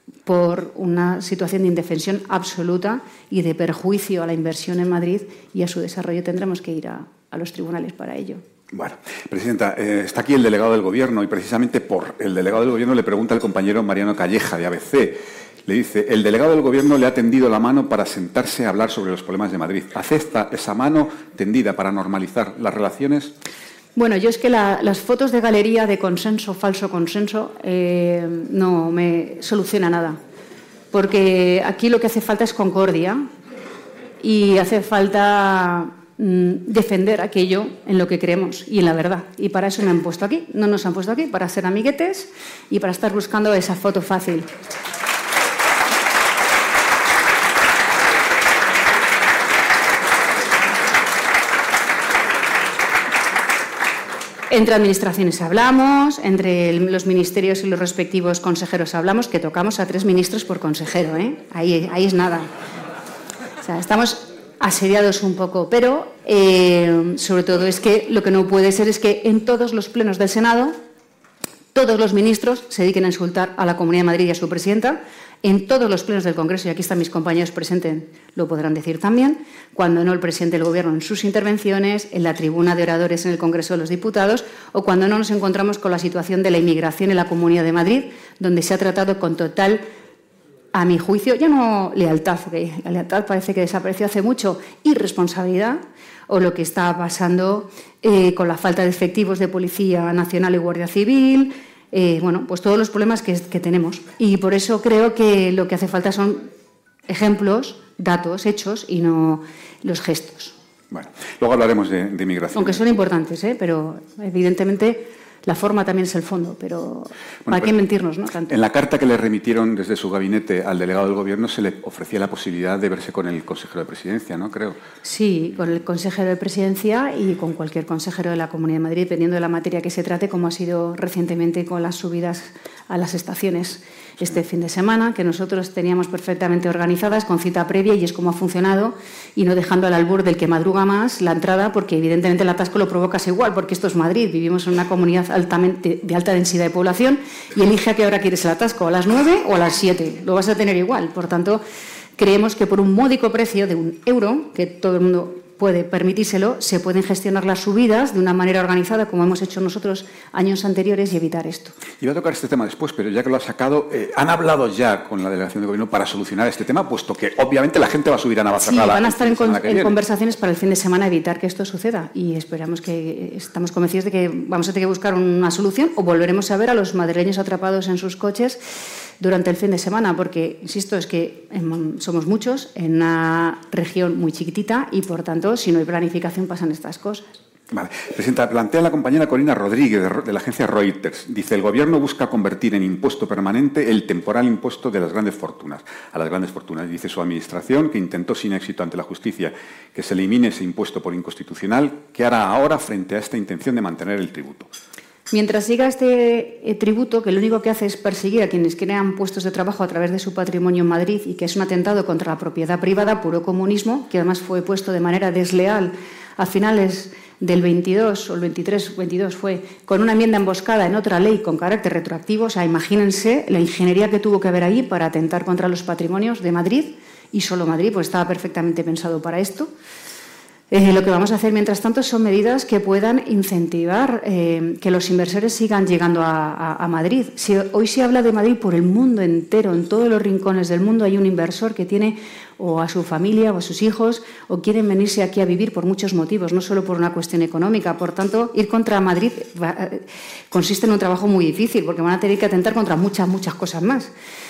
por una situación de indefensión absoluta y de perjuicio a la inversión en Madrid y a su desarrollo, tendremos que ir a los tribunales para ello. Bueno, Presidenta, está aquí el delegado del Gobierno y precisamente por el delegado del Gobierno le pregunta al compañero Mariano Calleja de ABC. Le dice, el delegado del Gobierno le ha tendido la mano para sentarse a hablar sobre los problemas de Madrid. ¿Acepta esa mano tendida para normalizar las relaciones? Bueno, yo es que las fotos de galería de consenso, falso consenso, no me soluciona nada. Porque aquí lo que hace falta es concordia y hace falta defender aquello en lo que creemos y en la verdad. Y para eso me han puesto aquí. No nos han puesto aquí para ser amiguetes y para estar buscando esa foto fácil. Entre administraciones hablamos, entre los ministerios y los respectivos consejeros hablamos, que tocamos a 3 ministros por consejero, ¿eh? Ahí es nada. O sea, estamos asediados un poco, pero sobre todo es que lo que no puede ser es que en todos los plenos del Senado todos los ministros se dediquen a insultar a la Comunidad de Madrid y a su presidenta. En todos los plenos del Congreso, y aquí están mis compañeros presentes, lo podrán decir también, cuando no el presidente del Gobierno en sus intervenciones, en la tribuna de oradores en el Congreso de los Diputados, o cuando no nos encontramos con la situación de la inmigración en la Comunidad de Madrid, donde se ha tratado con total, a mi juicio, ya no lealtad, porque la lealtad parece que desapareció hace mucho, irresponsabilidad, o lo que está pasando con la falta de efectivos de Policía Nacional y Guardia Civil. Bueno, pues todos los problemas que tenemos. Y por eso creo que lo que hace falta son ejemplos, datos, hechos y no los gestos. Bueno, luego hablaremos de inmigración. Aunque son importantes, pero evidentemente la forma también es el fondo, pero ¿para qué mentirnos, no? Tanto. En la carta que le remitieron desde su gabinete al delegado del Gobierno se le ofrecía la posibilidad de verse con el consejero de Presidencia, ¿no? Creo. Sí, con el consejero de Presidencia y con cualquier consejero de la Comunidad de Madrid, dependiendo de la materia que se trate, como ha sido recientemente con las subidas a las estaciones este fin de semana, que nosotros teníamos perfectamente organizadas con cita previa y es como ha funcionado, y no dejando al albur del que madruga más la entrada, porque evidentemente el atasco lo provocas igual, porque esto es Madrid, vivimos en una comunidad de alta densidad de población y elige a qué hora quieres el atasco, a las 9 o a las 7, lo vas a tener igual. Por tanto, creemos que por un módico precio de €1, que todo el mundo puede permitírselo, se pueden gestionar las subidas de una manera organizada, como hemos hecho nosotros años anteriores, y evitar esto. Iba a tocar este tema después, pero ya que lo ha sacado, ¿han hablado ya con la delegación de Gobierno para solucionar este tema? Puesto que obviamente la gente va a subir a Navacerrada. Sí, van a estar en conversaciones para el fin de semana evitar que esto suceda y estamos convencidos de que vamos a tener que buscar una solución o volveremos a ver a los madrileños atrapados en sus coches durante el fin de semana, porque, insisto, es que somos muchos en una región muy chiquitita y, por tanto, si no hay planificación pasan estas cosas. Vale. Presidenta, plantea la compañera Corina Rodríguez de la agencia Reuters. Dice, el Gobierno busca convertir en impuesto permanente el temporal impuesto de las grandes fortunas. A las grandes fortunas. Dice su administración, que intentó sin éxito ante la justicia que se elimine ese impuesto por inconstitucional. ¿Qué hará ahora frente a esta intención de mantener el tributo? Mientras siga este tributo, que lo único que hace es perseguir a quienes crean puestos de trabajo a través de su patrimonio en Madrid y que es un atentado contra la propiedad privada, puro comunismo, que además fue puesto de manera desleal a finales del 22 o el 22 fue, con una enmienda emboscada en otra ley con carácter retroactivo. O sea, imagínense la ingeniería que tuvo que haber ahí para atentar contra los patrimonios de Madrid, y solo Madrid, pues estaba perfectamente pensado para esto. Lo que vamos a hacer, mientras tanto, son medidas que puedan incentivar que los inversores sigan llegando a Madrid. Hoy se habla de Madrid por el mundo entero, en todos los rincones del mundo hay un inversor que tiene o a su familia o a sus hijos o quieren venirse aquí a vivir por muchos motivos, no solo por una cuestión económica. Por tanto, ir contra Madrid consiste en un trabajo muy difícil porque van a tener que atentar contra muchas cosas más.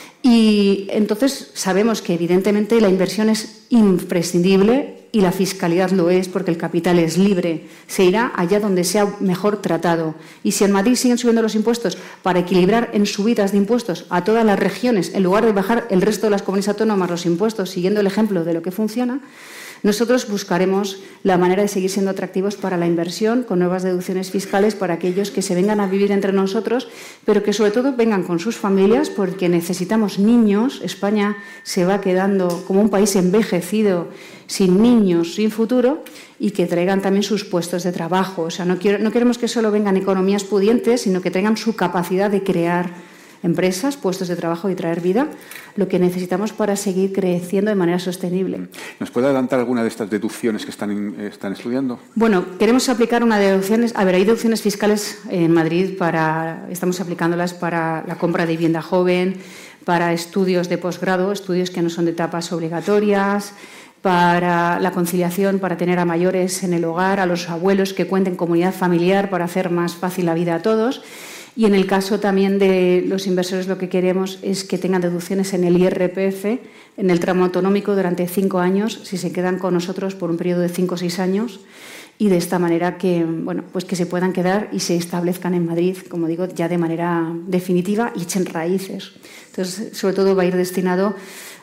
Y entonces sabemos que evidentemente la inversión es imprescindible y la fiscalidad lo es porque el capital es libre. Se irá allá donde sea mejor tratado. Y si en Madrid siguen subiendo los impuestos para equilibrar en subidas de impuestos a todas las regiones, en lugar de bajar el resto de las comunidades autónomas los impuestos, siguiendo el ejemplo de lo que funciona, nosotros buscaremos la manera de seguir siendo atractivos para la inversión, con nuevas deducciones fiscales para aquellos que se vengan a vivir entre nosotros, pero que sobre todo vengan con sus familias, porque necesitamos niños. España se va quedando como un país envejecido, sin niños, sin futuro, y que traigan también sus puestos de trabajo. O sea, no queremos que solo vengan economías pudientes, sino que traigan su capacidad de crear empresas, puestos de trabajo y traer vida, lo que necesitamos para seguir creciendo de manera sostenible. ¿Nos puede adelantar alguna de estas deducciones que están estudiando? Bueno, queremos aplicar una deducción. A ver, hay deducciones fiscales en Madrid estamos aplicándolas para la compra de vivienda joven, para estudios de posgrado, estudios que no son de etapas obligatorias, para la conciliación, para tener a mayores en el hogar, a los abuelos que cuenten comunidad familiar para hacer más fácil la vida a todos. Y en el caso también de los inversores, lo que queremos es que tengan deducciones en el IRPF, en el tramo autonómico, durante 5 años, si se quedan con nosotros por un periodo de 5 o 6 años, y de esta manera que, bueno, pues que se puedan quedar y se establezcan en Madrid, como digo, ya de manera definitiva y echen raíces. Entonces, sobre todo va a ir destinado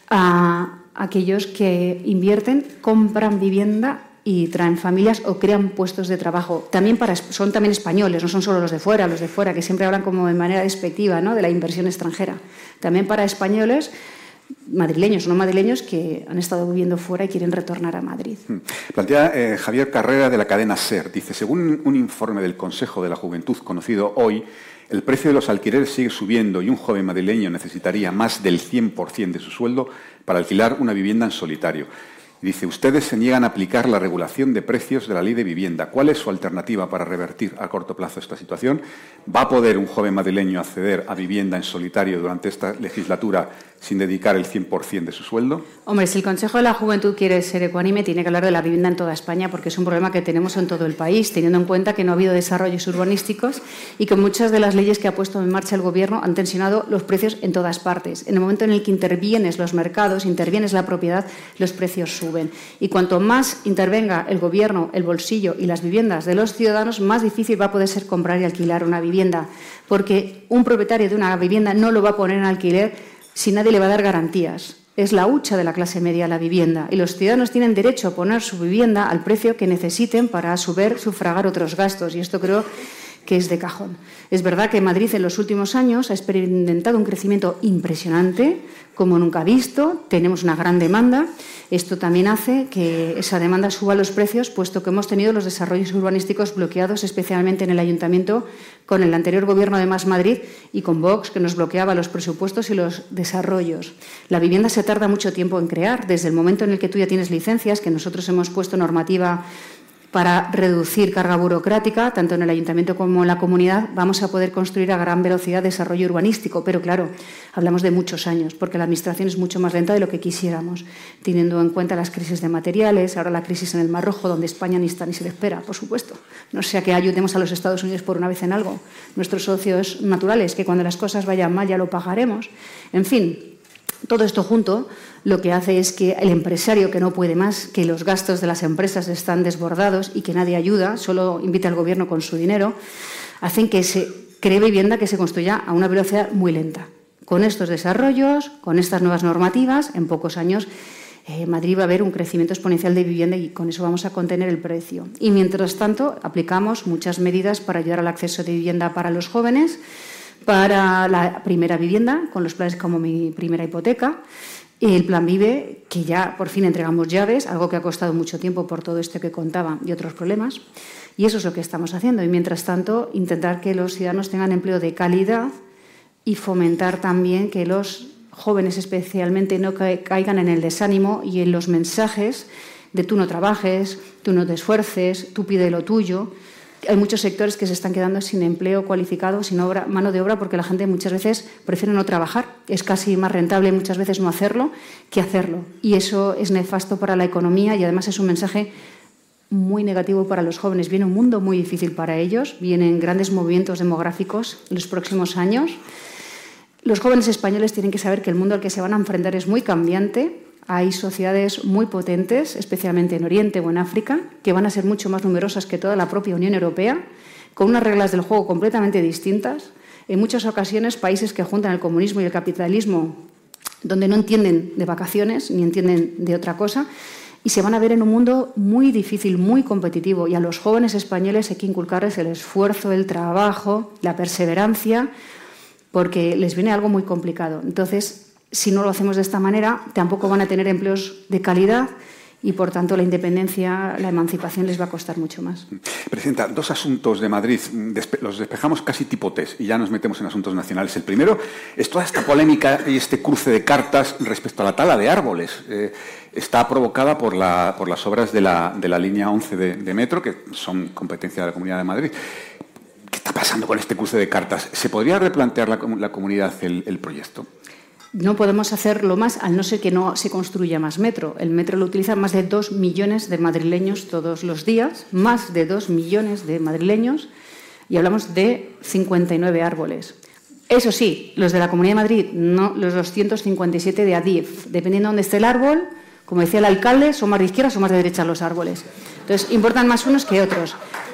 a aquellos que invierten, compran vivienda y traen familias o crean puestos de trabajo. Son también españoles, no son solo los de fuera, que siempre hablan como de manera despectiva, ¿no?, de la inversión extranjera. También para españoles, madrileños o no madrileños, que han estado viviendo fuera y quieren retornar a Madrid. Plantea Javier Carrera, de la cadena SER. Dice, según un informe del Consejo de la Juventud conocido hoy, el precio de los alquileres sigue subiendo y un joven madrileño necesitaría más del 100% de su sueldo para alquilar una vivienda en solitario. Dice, ustedes se niegan a aplicar la regulación de precios de la Ley de Vivienda. ¿Cuál es su alternativa para revertir a corto plazo esta situación? ¿Va a poder un joven madrileño acceder a vivienda en solitario durante esta legislatura sin dedicar el 100% de su sueldo? Hombre, si el Consejo de la Juventud quiere ser ecuánime, tiene que hablar de la vivienda en toda España, porque es un problema que tenemos en todo el país, teniendo en cuenta que no ha habido desarrollos urbanísticos y que muchas de las leyes que ha puesto en marcha el Gobierno han tensionado los precios en todas partes. En el momento en el que intervienes los mercados, intervienes la propiedad, los precios suben. Y cuanto más intervenga el Gobierno, el bolsillo y las viviendas de los ciudadanos, más difícil va a poder ser comprar y alquilar una vivienda, porque un propietario de una vivienda no lo va a poner en alquiler si nadie le va a dar garantías. Es la hucha de la clase media la vivienda y los ciudadanos tienen derecho a poner su vivienda al precio que necesiten para a su vez sufragar otros gastos, y esto creo que es de cajón. Es verdad que Madrid en los últimos años ha experimentado un crecimiento impresionante, como nunca visto, tenemos una gran demanda. Esto también hace que esa demanda suba los precios, puesto que hemos tenido los desarrollos urbanísticos bloqueados, especialmente en el Ayuntamiento, con el anterior Gobierno de Más Madrid y con Vox, que nos bloqueaba los presupuestos y los desarrollos. La vivienda se tarda mucho tiempo en crear, desde el momento en el que tú ya tienes licencias, que nosotros hemos puesto normativa para reducir carga burocrática, tanto en el Ayuntamiento como en la comunidad, vamos a poder construir a gran velocidad desarrollo urbanístico. Pero claro, hablamos de muchos años, porque la Administración es mucho más lenta de lo que quisiéramos, teniendo en cuenta las crisis de materiales, ahora la crisis en el Mar Rojo, donde España ni está ni se le espera, por supuesto. No sea que ayudemos a los Estados Unidos por una vez en algo. Nuestros socios naturales, que cuando las cosas vayan mal ya lo pagaremos. En fin, todo esto junto lo que hace es que el empresario, que no puede más, que los gastos de las empresas están desbordados y que nadie ayuda, solo invita al Gobierno con su dinero, hacen que se cree vivienda que se construya a una velocidad muy lenta. Con estos desarrollos, con estas nuevas normativas, en pocos años Madrid va a ver un crecimiento exponencial de vivienda y con eso vamos a contener el precio. Y mientras tanto, aplicamos muchas medidas para ayudar al acceso de vivienda para los jóvenes, para la primera vivienda, con los planes como Mi Primera Hipoteca, el Plan Vive, que ya por fin entregamos llaves, algo que ha costado mucho tiempo por todo esto que contaba y otros problemas. Y eso es lo que estamos haciendo. Y mientras tanto, intentar que los ciudadanos tengan empleo de calidad y fomentar también que los jóvenes especialmente no caigan en el desánimo y en los mensajes de tú no trabajes, tú no te esfuerces, tú pide lo tuyo. Hay muchos sectores que se están quedando sin empleo cualificado, sin mano de obra, porque la gente muchas veces prefiere no trabajar. Es casi más rentable muchas veces no hacerlo que hacerlo. Y eso es nefasto para la economía y además es un mensaje muy negativo para los jóvenes. Viene un mundo muy difícil para ellos, vienen grandes movimientos demográficos en los próximos años. Los jóvenes españoles tienen que saber que el mundo al que se van a enfrentar es muy cambiante. Hay sociedades muy potentes, especialmente en Oriente o en África, que van a ser mucho más numerosas que toda la propia Unión Europea, con unas reglas del juego completamente distintas. En muchas ocasiones, países que juntan el comunismo y el capitalismo, donde no entienden de vacaciones ni entienden de otra cosa, y se van a ver en un mundo muy difícil, muy competitivo. Y a los jóvenes españoles hay que inculcarles el esfuerzo, el trabajo, la perseverancia, porque les viene algo muy complicado. Entonces, si no lo hacemos de esta manera, tampoco van a tener empleos de calidad y, por tanto, la independencia, la emancipación les va a costar mucho más. Presidenta, dos asuntos de Madrid, los despejamos casi tipo test y ya nos metemos en asuntos nacionales. El primero es toda esta polémica y este cruce de cartas respecto a la tala de árboles. Está provocada por las obras de la línea 11 de metro, que son competencia de la Comunidad de Madrid. ¿Qué está pasando con este cruce de cartas? ¿Se podría replantear la comunidad el proyecto? No podemos hacerlo más, al no ser que no se construya más metro. El metro lo utilizan más de 2 millones de madrileños todos los días, más de 2 millones de madrileños, y hablamos de 59 árboles. Eso sí, los de la Comunidad de Madrid, no los 257 de Adif. Dependiendo de dónde esté el árbol, como decía el alcalde, son más de izquierda o más de derecha los árboles. Entonces, importan más unos que otros.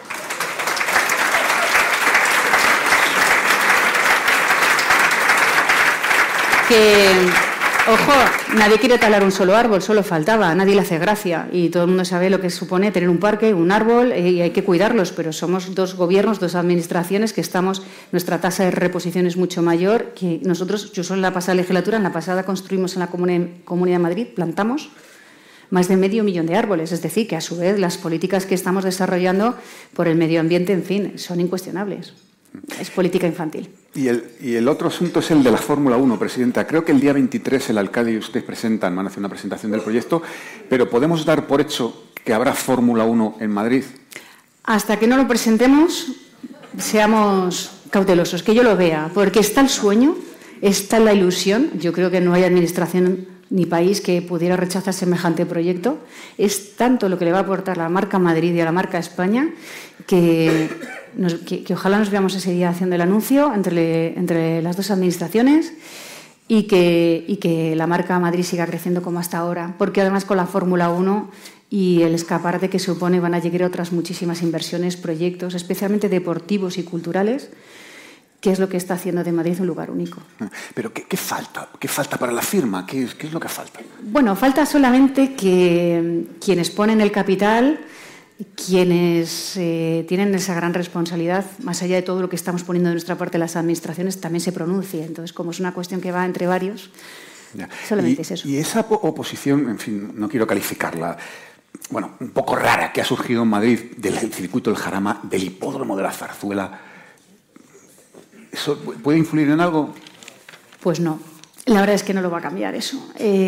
Que, ojo, nadie quiere talar un solo árbol, solo faltaba, a nadie le hace gracia y todo el mundo sabe lo que supone tener un parque, un árbol y hay que cuidarlos, pero somos dos gobiernos, dos administraciones que nuestra tasa de reposición es mucho mayor que nosotros. Yo solo en la pasada legislatura, en la pasada construimos en la Comunidad de Madrid, plantamos más de 500.000 de árboles, es decir, que a su vez las políticas que estamos desarrollando por el medio ambiente, en fin, son incuestionables. Es política infantil. Y el otro asunto es el de la Fórmula 1, Presidenta. Creo que el día 23 el alcalde y usted van a hacer una presentación del proyecto, pero ¿podemos dar por hecho que habrá Fórmula 1 en Madrid? Hasta que no lo presentemos, seamos cautelosos, que yo lo vea, porque está el sueño, está la ilusión. Yo creo que no hay administración ni país que pudiera rechazar semejante proyecto. Es tanto lo que le va a aportar la marca Madrid y a la marca España que ojalá nos veamos ese día haciendo el anuncio entre las dos administraciones y que la marca Madrid siga creciendo como hasta ahora, porque además con la Fórmula 1 y el escaparate que supone van a llegar otras muchísimas inversiones, proyectos, especialmente deportivos y culturales, que es lo que está haciendo de Madrid un lugar único. ¿Pero qué falta? ¿Qué falta para la firma? ¿Qué es lo que falta? Bueno, falta solamente que quienes ponen el capital, quienes tienen esa gran responsabilidad, más allá de todo lo que estamos poniendo de nuestra parte las administraciones, también se pronuncie. Entonces, como es una cuestión que va entre varios, solamente es eso. Y esa oposición, en fin, no quiero calificarla, bueno, un poco rara, que ha surgido en Madrid del circuito del Jarama, del hipódromo de la Zarzuela, ¿eso puede influir en algo? Pues no. La verdad es que no lo va a cambiar eso.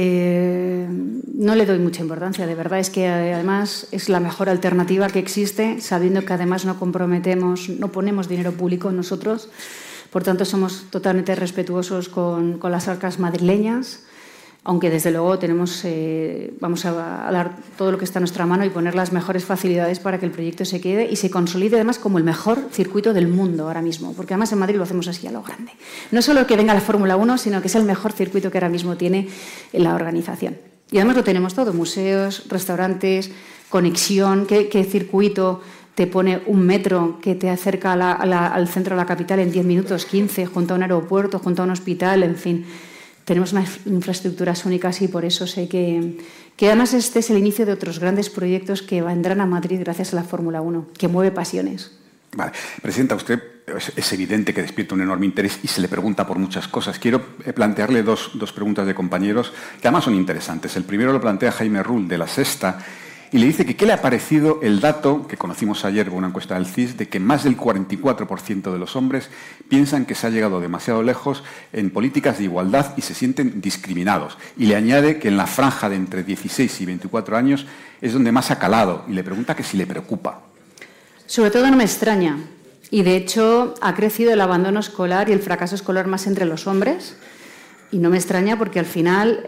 No le doy mucha importancia, de verdad. Es que además es la mejor alternativa que existe, sabiendo que además no comprometemos, no ponemos dinero público nosotros. Por tanto, somos totalmente respetuosos con las arcas madrileñas, aunque desde luego vamos a dar todo lo que está a nuestra mano y poner las mejores facilidades para que el proyecto se quede y se consolide además como el mejor circuito del mundo ahora mismo, porque además en Madrid lo hacemos así a lo grande. No solo que venga la Fórmula 1, sino que sea el mejor circuito que ahora mismo tiene la organización. Y además lo tenemos todo, museos, restaurantes, conexión, qué circuito te pone un metro que te acerca al centro de la capital en 10 minutos, 15, junto a un aeropuerto, junto a un hospital, en fin. Tenemos unas infraestructuras únicas y por eso sé que además este es el inicio de otros grandes proyectos que vendrán a Madrid gracias a la Fórmula 1, que mueve pasiones. Vale. Presidenta, usted es evidente que despierta un enorme interés y se le pregunta por muchas cosas. Quiero plantearle dos preguntas de compañeros que además son interesantes. El primero lo plantea Jaime Rull, de La Sexta, y le dice que qué le ha parecido el dato que conocimos ayer con una encuesta del CIS de que más del 44% de los hombres piensan que se ha llegado demasiado lejos en políticas de igualdad y se sienten discriminados. Y le añade que en la franja de entre 16 y 24 años es donde más ha calado y le pregunta que si le preocupa. Sobre todo no me extraña. Y de hecho ha crecido el abandono escolar y el fracaso escolar más entre los hombres. Y no me extraña porque al final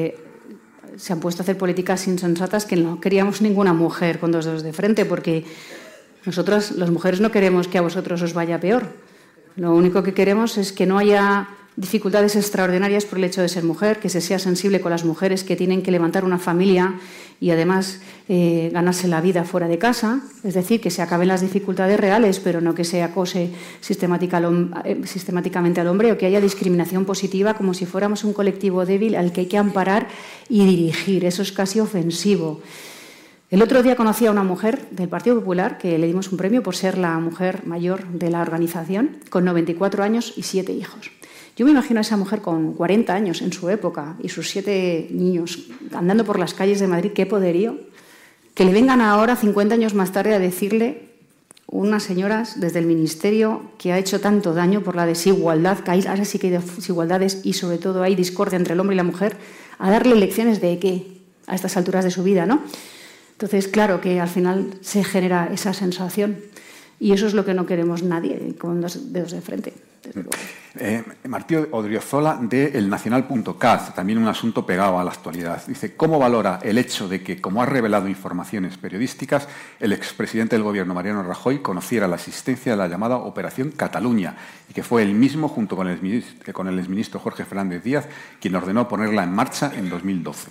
se han puesto a hacer políticas insensatas que no queríamos ninguna mujer con dos dedos de frente, porque nosotras, las mujeres, no queremos que a vosotros os vaya peor. Lo único que queremos es que no haya dificultades extraordinarias por el hecho de ser mujer, que se sea sensible con las mujeres que tienen que levantar una familia y además ganarse la vida fuera de casa, es decir, que se acaben las dificultades reales, pero no que se acose sistemáticamente al hombre o que haya discriminación positiva como si fuéramos un colectivo débil al que hay que amparar y dirigir. Eso es casi ofensivo. El otro día conocí a una mujer del Partido Popular que le dimos un premio por ser la mujer mayor de la organización, con 94 años y 7 hijos. Yo me imagino a esa mujer con 40 años en su época y sus 7 niños andando por las calles de Madrid, qué poderío, que le vengan ahora, 50 años más tarde, a decirle unas señoras desde el Ministerio que ha hecho tanto daño por la desigualdad, que ahora sí que hay desigualdades y sobre todo hay discordia entre el hombre y la mujer, a darle lecciones de qué a estas alturas de su vida, ¿no? Entonces, claro que al final se genera esa sensación y eso es lo que no queremos nadie, con 2 dedos de frente. Martí Odriozola de elnacional.cat, también un asunto pegado a la actualidad. Dice, ¿cómo valora el hecho de que, como ha revelado informaciones periodísticas, el expresidente del Gobierno, Mariano Rajoy, conociera la existencia de la llamada Operación Cataluña y que fue él mismo, junto con el exministro Jorge Fernández Díaz, quien ordenó ponerla en marcha en 2012?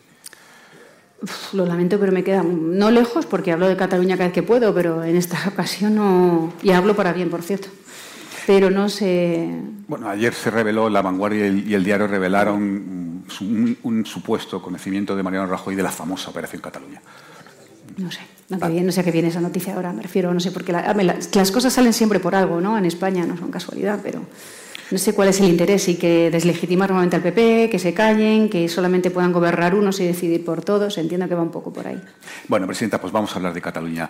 Lo lamento, pero me queda no lejos, porque hablo de Cataluña cada vez que puedo, pero en esta ocasión no... Y hablo para bien, por cierto. Pero no sé... Bueno, ayer se reveló, La Vanguardia y el Diario revelaron un supuesto conocimiento de Mariano Rajoy de la famosa Operación Cataluña. No sé, no sé a qué viene esa noticia ahora, me refiero, no sé, porque las cosas salen siempre por algo, ¿no? En España no son casualidad, pero... No sé cuál es el interés y que deslegitimar nuevamente al PP, que se callen, que solamente puedan gobernar unos y decidir por todos. Entiendo que va un poco por ahí. Bueno, Presidenta, pues vamos a hablar de Cataluña.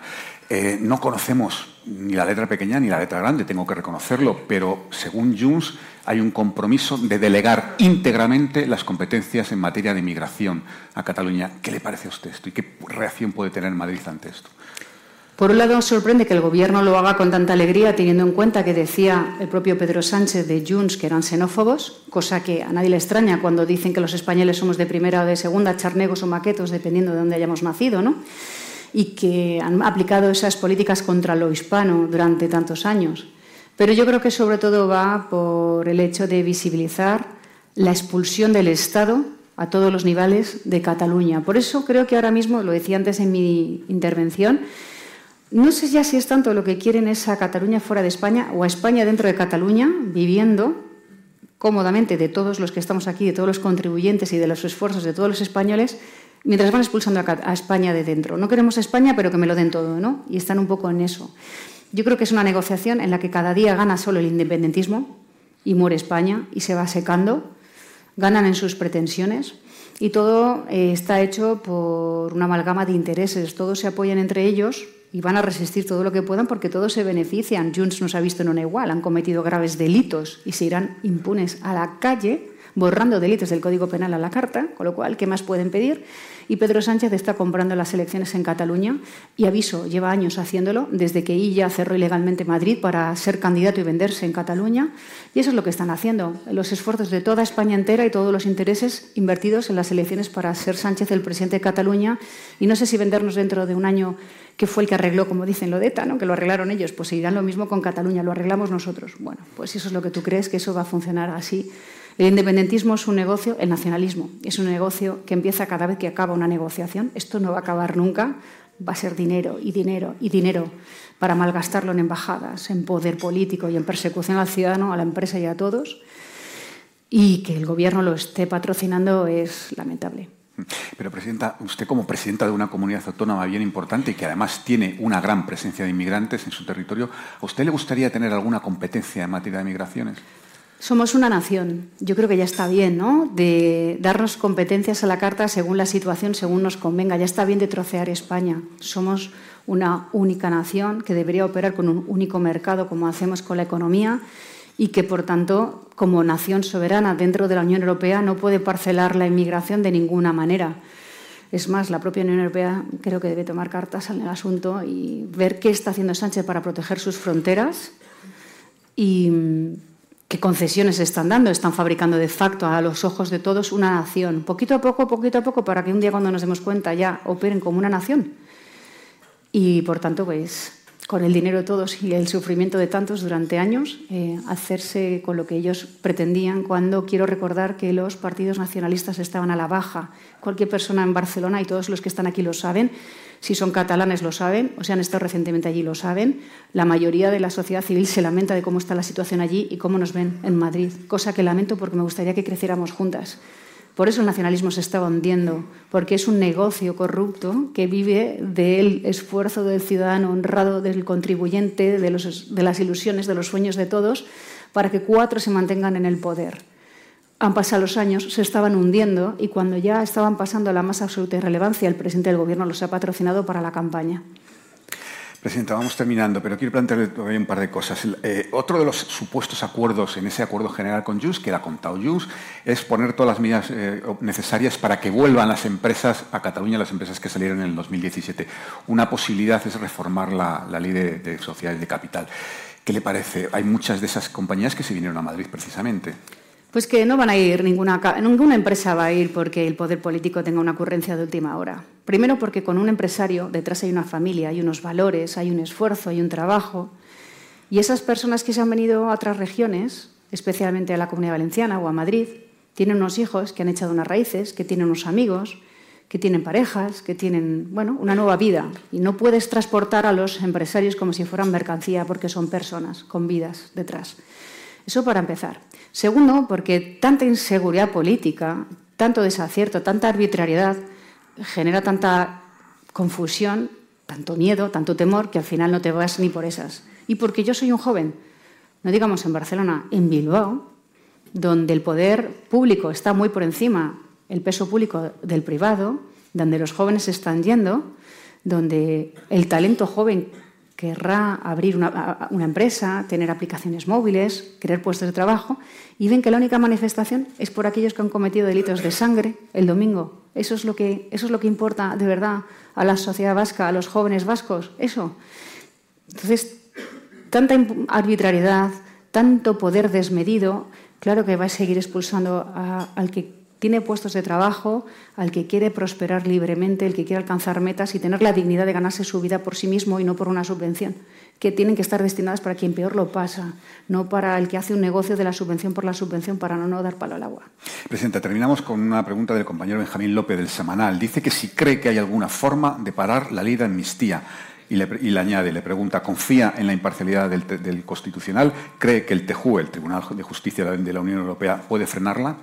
No conocemos ni la letra pequeña ni la letra grande, tengo que reconocerlo, pero según Junts hay un compromiso de delegar íntegramente las competencias en materia de migración a Cataluña. ¿Qué le parece a usted esto y qué reacción puede tener Madrid ante esto? Por un lado, sorprende que el Gobierno lo haga con tanta alegría, teniendo en cuenta que decía el propio Pedro Sánchez de Junts que eran xenófobos, cosa que a nadie le extraña cuando dicen que los españoles somos de primera o de segunda, charnegos o maquetos, dependiendo de dónde hayamos nacido, ¿no? Y que han aplicado esas políticas contra lo hispano durante tantos años. Pero yo creo que sobre todo va por el hecho de visibilizar la expulsión del Estado a todos los niveles de Cataluña. Por eso creo que ahora mismo, lo decía antes en mi intervención, no sé ya si es tanto lo que quieren es a Cataluña fuera de España o a España dentro de Cataluña, viviendo cómodamente de todos los que estamos aquí, de todos los contribuyentes y de los esfuerzos de todos los españoles, mientras van expulsando a España de dentro. No queremos a España, pero que me lo den todo, ¿no? Y están un poco en eso. Yo creo que es una negociación en la que cada día gana solo el independentismo y muere España y se va secando, ganan en sus pretensiones y todo está hecho por una amalgama de intereses. Todos se apoyan entre ellos y van a resistir todo lo que puedan porque todos se benefician. Junts nos ha visto en una igual, han cometido graves delitos y se irán impunes a la calle, borrando delitos del Código Penal a la carta, con lo cual, ¿qué más pueden pedir? Y Pedro Sánchez está comprando las elecciones en Cataluña y aviso, lleva años haciéndolo, desde que Illa cerró ilegalmente Madrid para ser candidato y venderse en Cataluña, y eso es lo que están haciendo, los esfuerzos de toda España entera y todos los intereses invertidos en las elecciones para ser Sánchez el presidente de Cataluña, y no sé si vendernos dentro de un año que fue el que arregló, como dicen, lo de ETA, ¿no? Que lo arreglaron ellos, pues seguirán lo mismo con Cataluña, lo arreglamos nosotros. Bueno, pues si eso es lo que tú crees, que eso va a funcionar así. El independentismo es un negocio, el nacionalismo es un negocio que empieza cada vez que acaba una negociación. Esto no va a acabar nunca, va a ser dinero y dinero y dinero para malgastarlo en embajadas, en poder político y en persecución al ciudadano, a la empresa y a todos. Y que el Gobierno lo esté patrocinando es lamentable. Pero, Presidenta, usted como presidenta de una comunidad autónoma bien importante y que además tiene una gran presencia de inmigrantes en su territorio, ¿a usted le gustaría tener alguna competencia en materia de migraciones? Somos una nación. Yo creo que ya está bien, ¿no?, de darnos competencias a la carta según la situación, según nos convenga. Ya está bien de trocear España. Somos una única nación que debería operar con un único mercado, como hacemos con la economía, y que, por tanto, como nación soberana dentro de la Unión Europea, no puede parcelar la inmigración de ninguna manera. Es más, la propia Unión Europea creo que debe tomar cartas en el asunto y ver qué está haciendo Sánchez para proteger sus fronteras y qué concesiones están dando. Están fabricando de facto a los ojos de todos una nación. Poquito a poco, para que un día cuando nos demos cuenta ya operen como una nación. Y, por tanto, pues con el dinero de todos y el sufrimiento de tantos durante años, hacerse con lo que ellos pretendían cuando quiero recordar que los partidos nacionalistas estaban a la baja. Cualquier persona en Barcelona, y todos los que están aquí lo saben, si son catalanes lo saben, o sea, han estado recientemente allí lo saben, la mayoría de la sociedad civil se lamenta de cómo está la situación allí y cómo nos ven en Madrid, cosa que lamento porque me gustaría que creciéramos juntas. Por eso el nacionalismo se está hundiendo, porque es un negocio corrupto que vive del esfuerzo del ciudadano honrado, del contribuyente, de las ilusiones, de los sueños de todos, para que 4 se mantengan en el poder. Han pasado los años, se estaban hundiendo y cuando ya estaban pasando a la más absoluta irrelevancia, el presidente del Gobierno los ha patrocinado para la campaña. Presidenta, vamos terminando, pero quiero plantearle todavía un par de cosas. Otro de los supuestos acuerdos en ese acuerdo general con Junts, que era con Junts, es poner todas las medidas necesarias para que vuelvan las empresas a Cataluña, las empresas que salieron en el 2017. Una posibilidad es reformar la ley de sociedades de capital. ¿Qué le parece? Hay muchas de esas compañías que se vinieron a Madrid precisamente. Pues que no van a ir, ninguna empresa va a ir porque el poder político tenga una ocurrencia de última hora. Primero porque con un empresario detrás hay una familia, hay unos valores, hay un esfuerzo, hay un trabajo. Y esas personas que se han venido a otras regiones, especialmente a la Comunidad Valenciana o a Madrid, tienen unos hijos que han echado unas raíces, que tienen unos amigos, que tienen parejas, que tienen, una nueva vida. Y no puedes transportar a los empresarios como si fueran mercancía porque son personas con vidas detrás. Eso para empezar. Segundo, porque tanta inseguridad política, tanto desacierto, tanta arbitrariedad, genera tanta confusión, tanto miedo, tanto temor, que al final no te vas ni por esas. Y porque yo soy un joven, no digamos en Barcelona, en Bilbao, donde el poder público está muy por encima, el peso público del privado, donde los jóvenes están yendo, donde el talento joven querrá abrir una empresa, tener aplicaciones móviles, crear puestos de trabajo, y ven que la única manifestación es por aquellos que han cometido delitos de sangre el domingo. Eso es lo que importa de verdad a la sociedad vasca, a los jóvenes vascos, eso. Entonces, tanta arbitrariedad, tanto poder desmedido, claro que va a seguir expulsando al que tiene puestos de trabajo, al que quiere prosperar libremente, el que quiere alcanzar metas y tener la dignidad de ganarse su vida por sí mismo y no por una subvención, que tienen que estar destinadas para quien peor lo pasa, no para el que hace un negocio de la subvención por la subvención para no dar palo al agua. Presidenta, terminamos con una pregunta del compañero Benjamín López del Semanal. Dice que si cree que hay alguna forma de parar la ley de amnistía. Y le añade, le pregunta, ¿confía en la imparcialidad del Constitucional? ¿Cree que el TJUE, el Tribunal de Justicia de la Unión Europea, puede frenarla?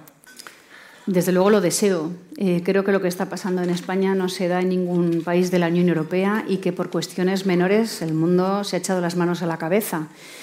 Desde luego lo deseo. Creo que lo que está pasando en España no se da en ningún país de la Unión Europea y que por cuestiones menores el mundo se ha echado las manos a la cabeza.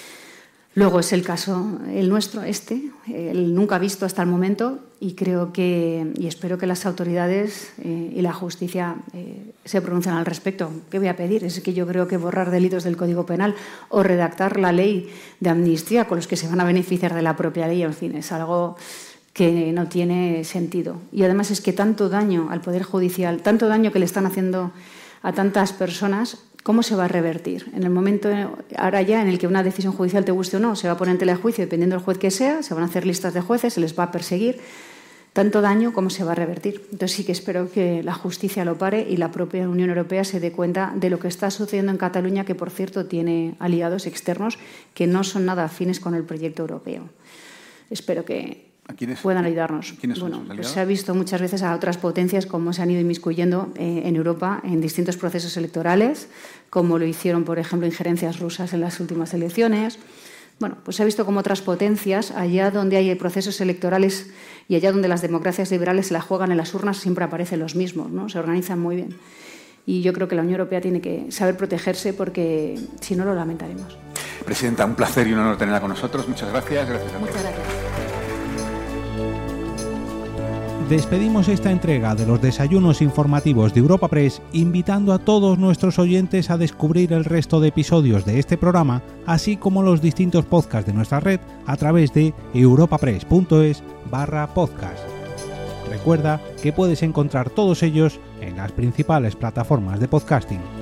Luego es el caso, el nuestro, el nunca visto hasta el momento, y creo que, y espero que las autoridades y la justicia se pronuncien al respecto. ¿Qué voy a pedir? Es que yo creo que borrar delitos del Código Penal o redactar la ley de amnistía con los que se van a beneficiar de la propia ley, en fin, es algo que no tiene sentido. Y además es que tanto daño al Poder Judicial, tanto daño que le están haciendo a tantas personas, ¿cómo se va a revertir? En el momento ahora ya en el que una decisión judicial te guste o no, se va a poner en tela de juicio dependiendo del juez que sea, se van a hacer listas de jueces, se les va a perseguir. Tanto daño, ¿cómo se va a revertir? Entonces sí que espero que la justicia lo pare y la propia Unión Europea se dé cuenta de lo que está sucediendo en Cataluña, que por cierto tiene aliados externos que no son nada afines con el proyecto europeo. Espero que puedan ayudarnos. Bueno, pues se ha visto muchas veces a otras potencias cómo se han ido inmiscuyendo en Europa en distintos procesos electorales, como lo hicieron, por ejemplo, injerencias rusas en las últimas elecciones. Bueno, pues se ha visto como otras potencias, allá donde hay procesos electorales y allá donde las democracias liberales se la juegan en las urnas, siempre aparecen los mismos, ¿no? Se organizan muy bien. Y yo creo que la Unión Europea tiene que saber protegerse porque si no lo lamentaremos. Presidenta, un placer y un honor tenerla con nosotros. Muchas gracias. Gracias a todos. Muchas gracias. Despedimos esta entrega de los desayunos informativos de Europa Press invitando a todos nuestros oyentes a descubrir el resto de episodios de este programa, así como los distintos podcasts de nuestra red a través de europapress.es/podcast. Recuerda que puedes encontrar todos ellos en las principales plataformas de podcasting.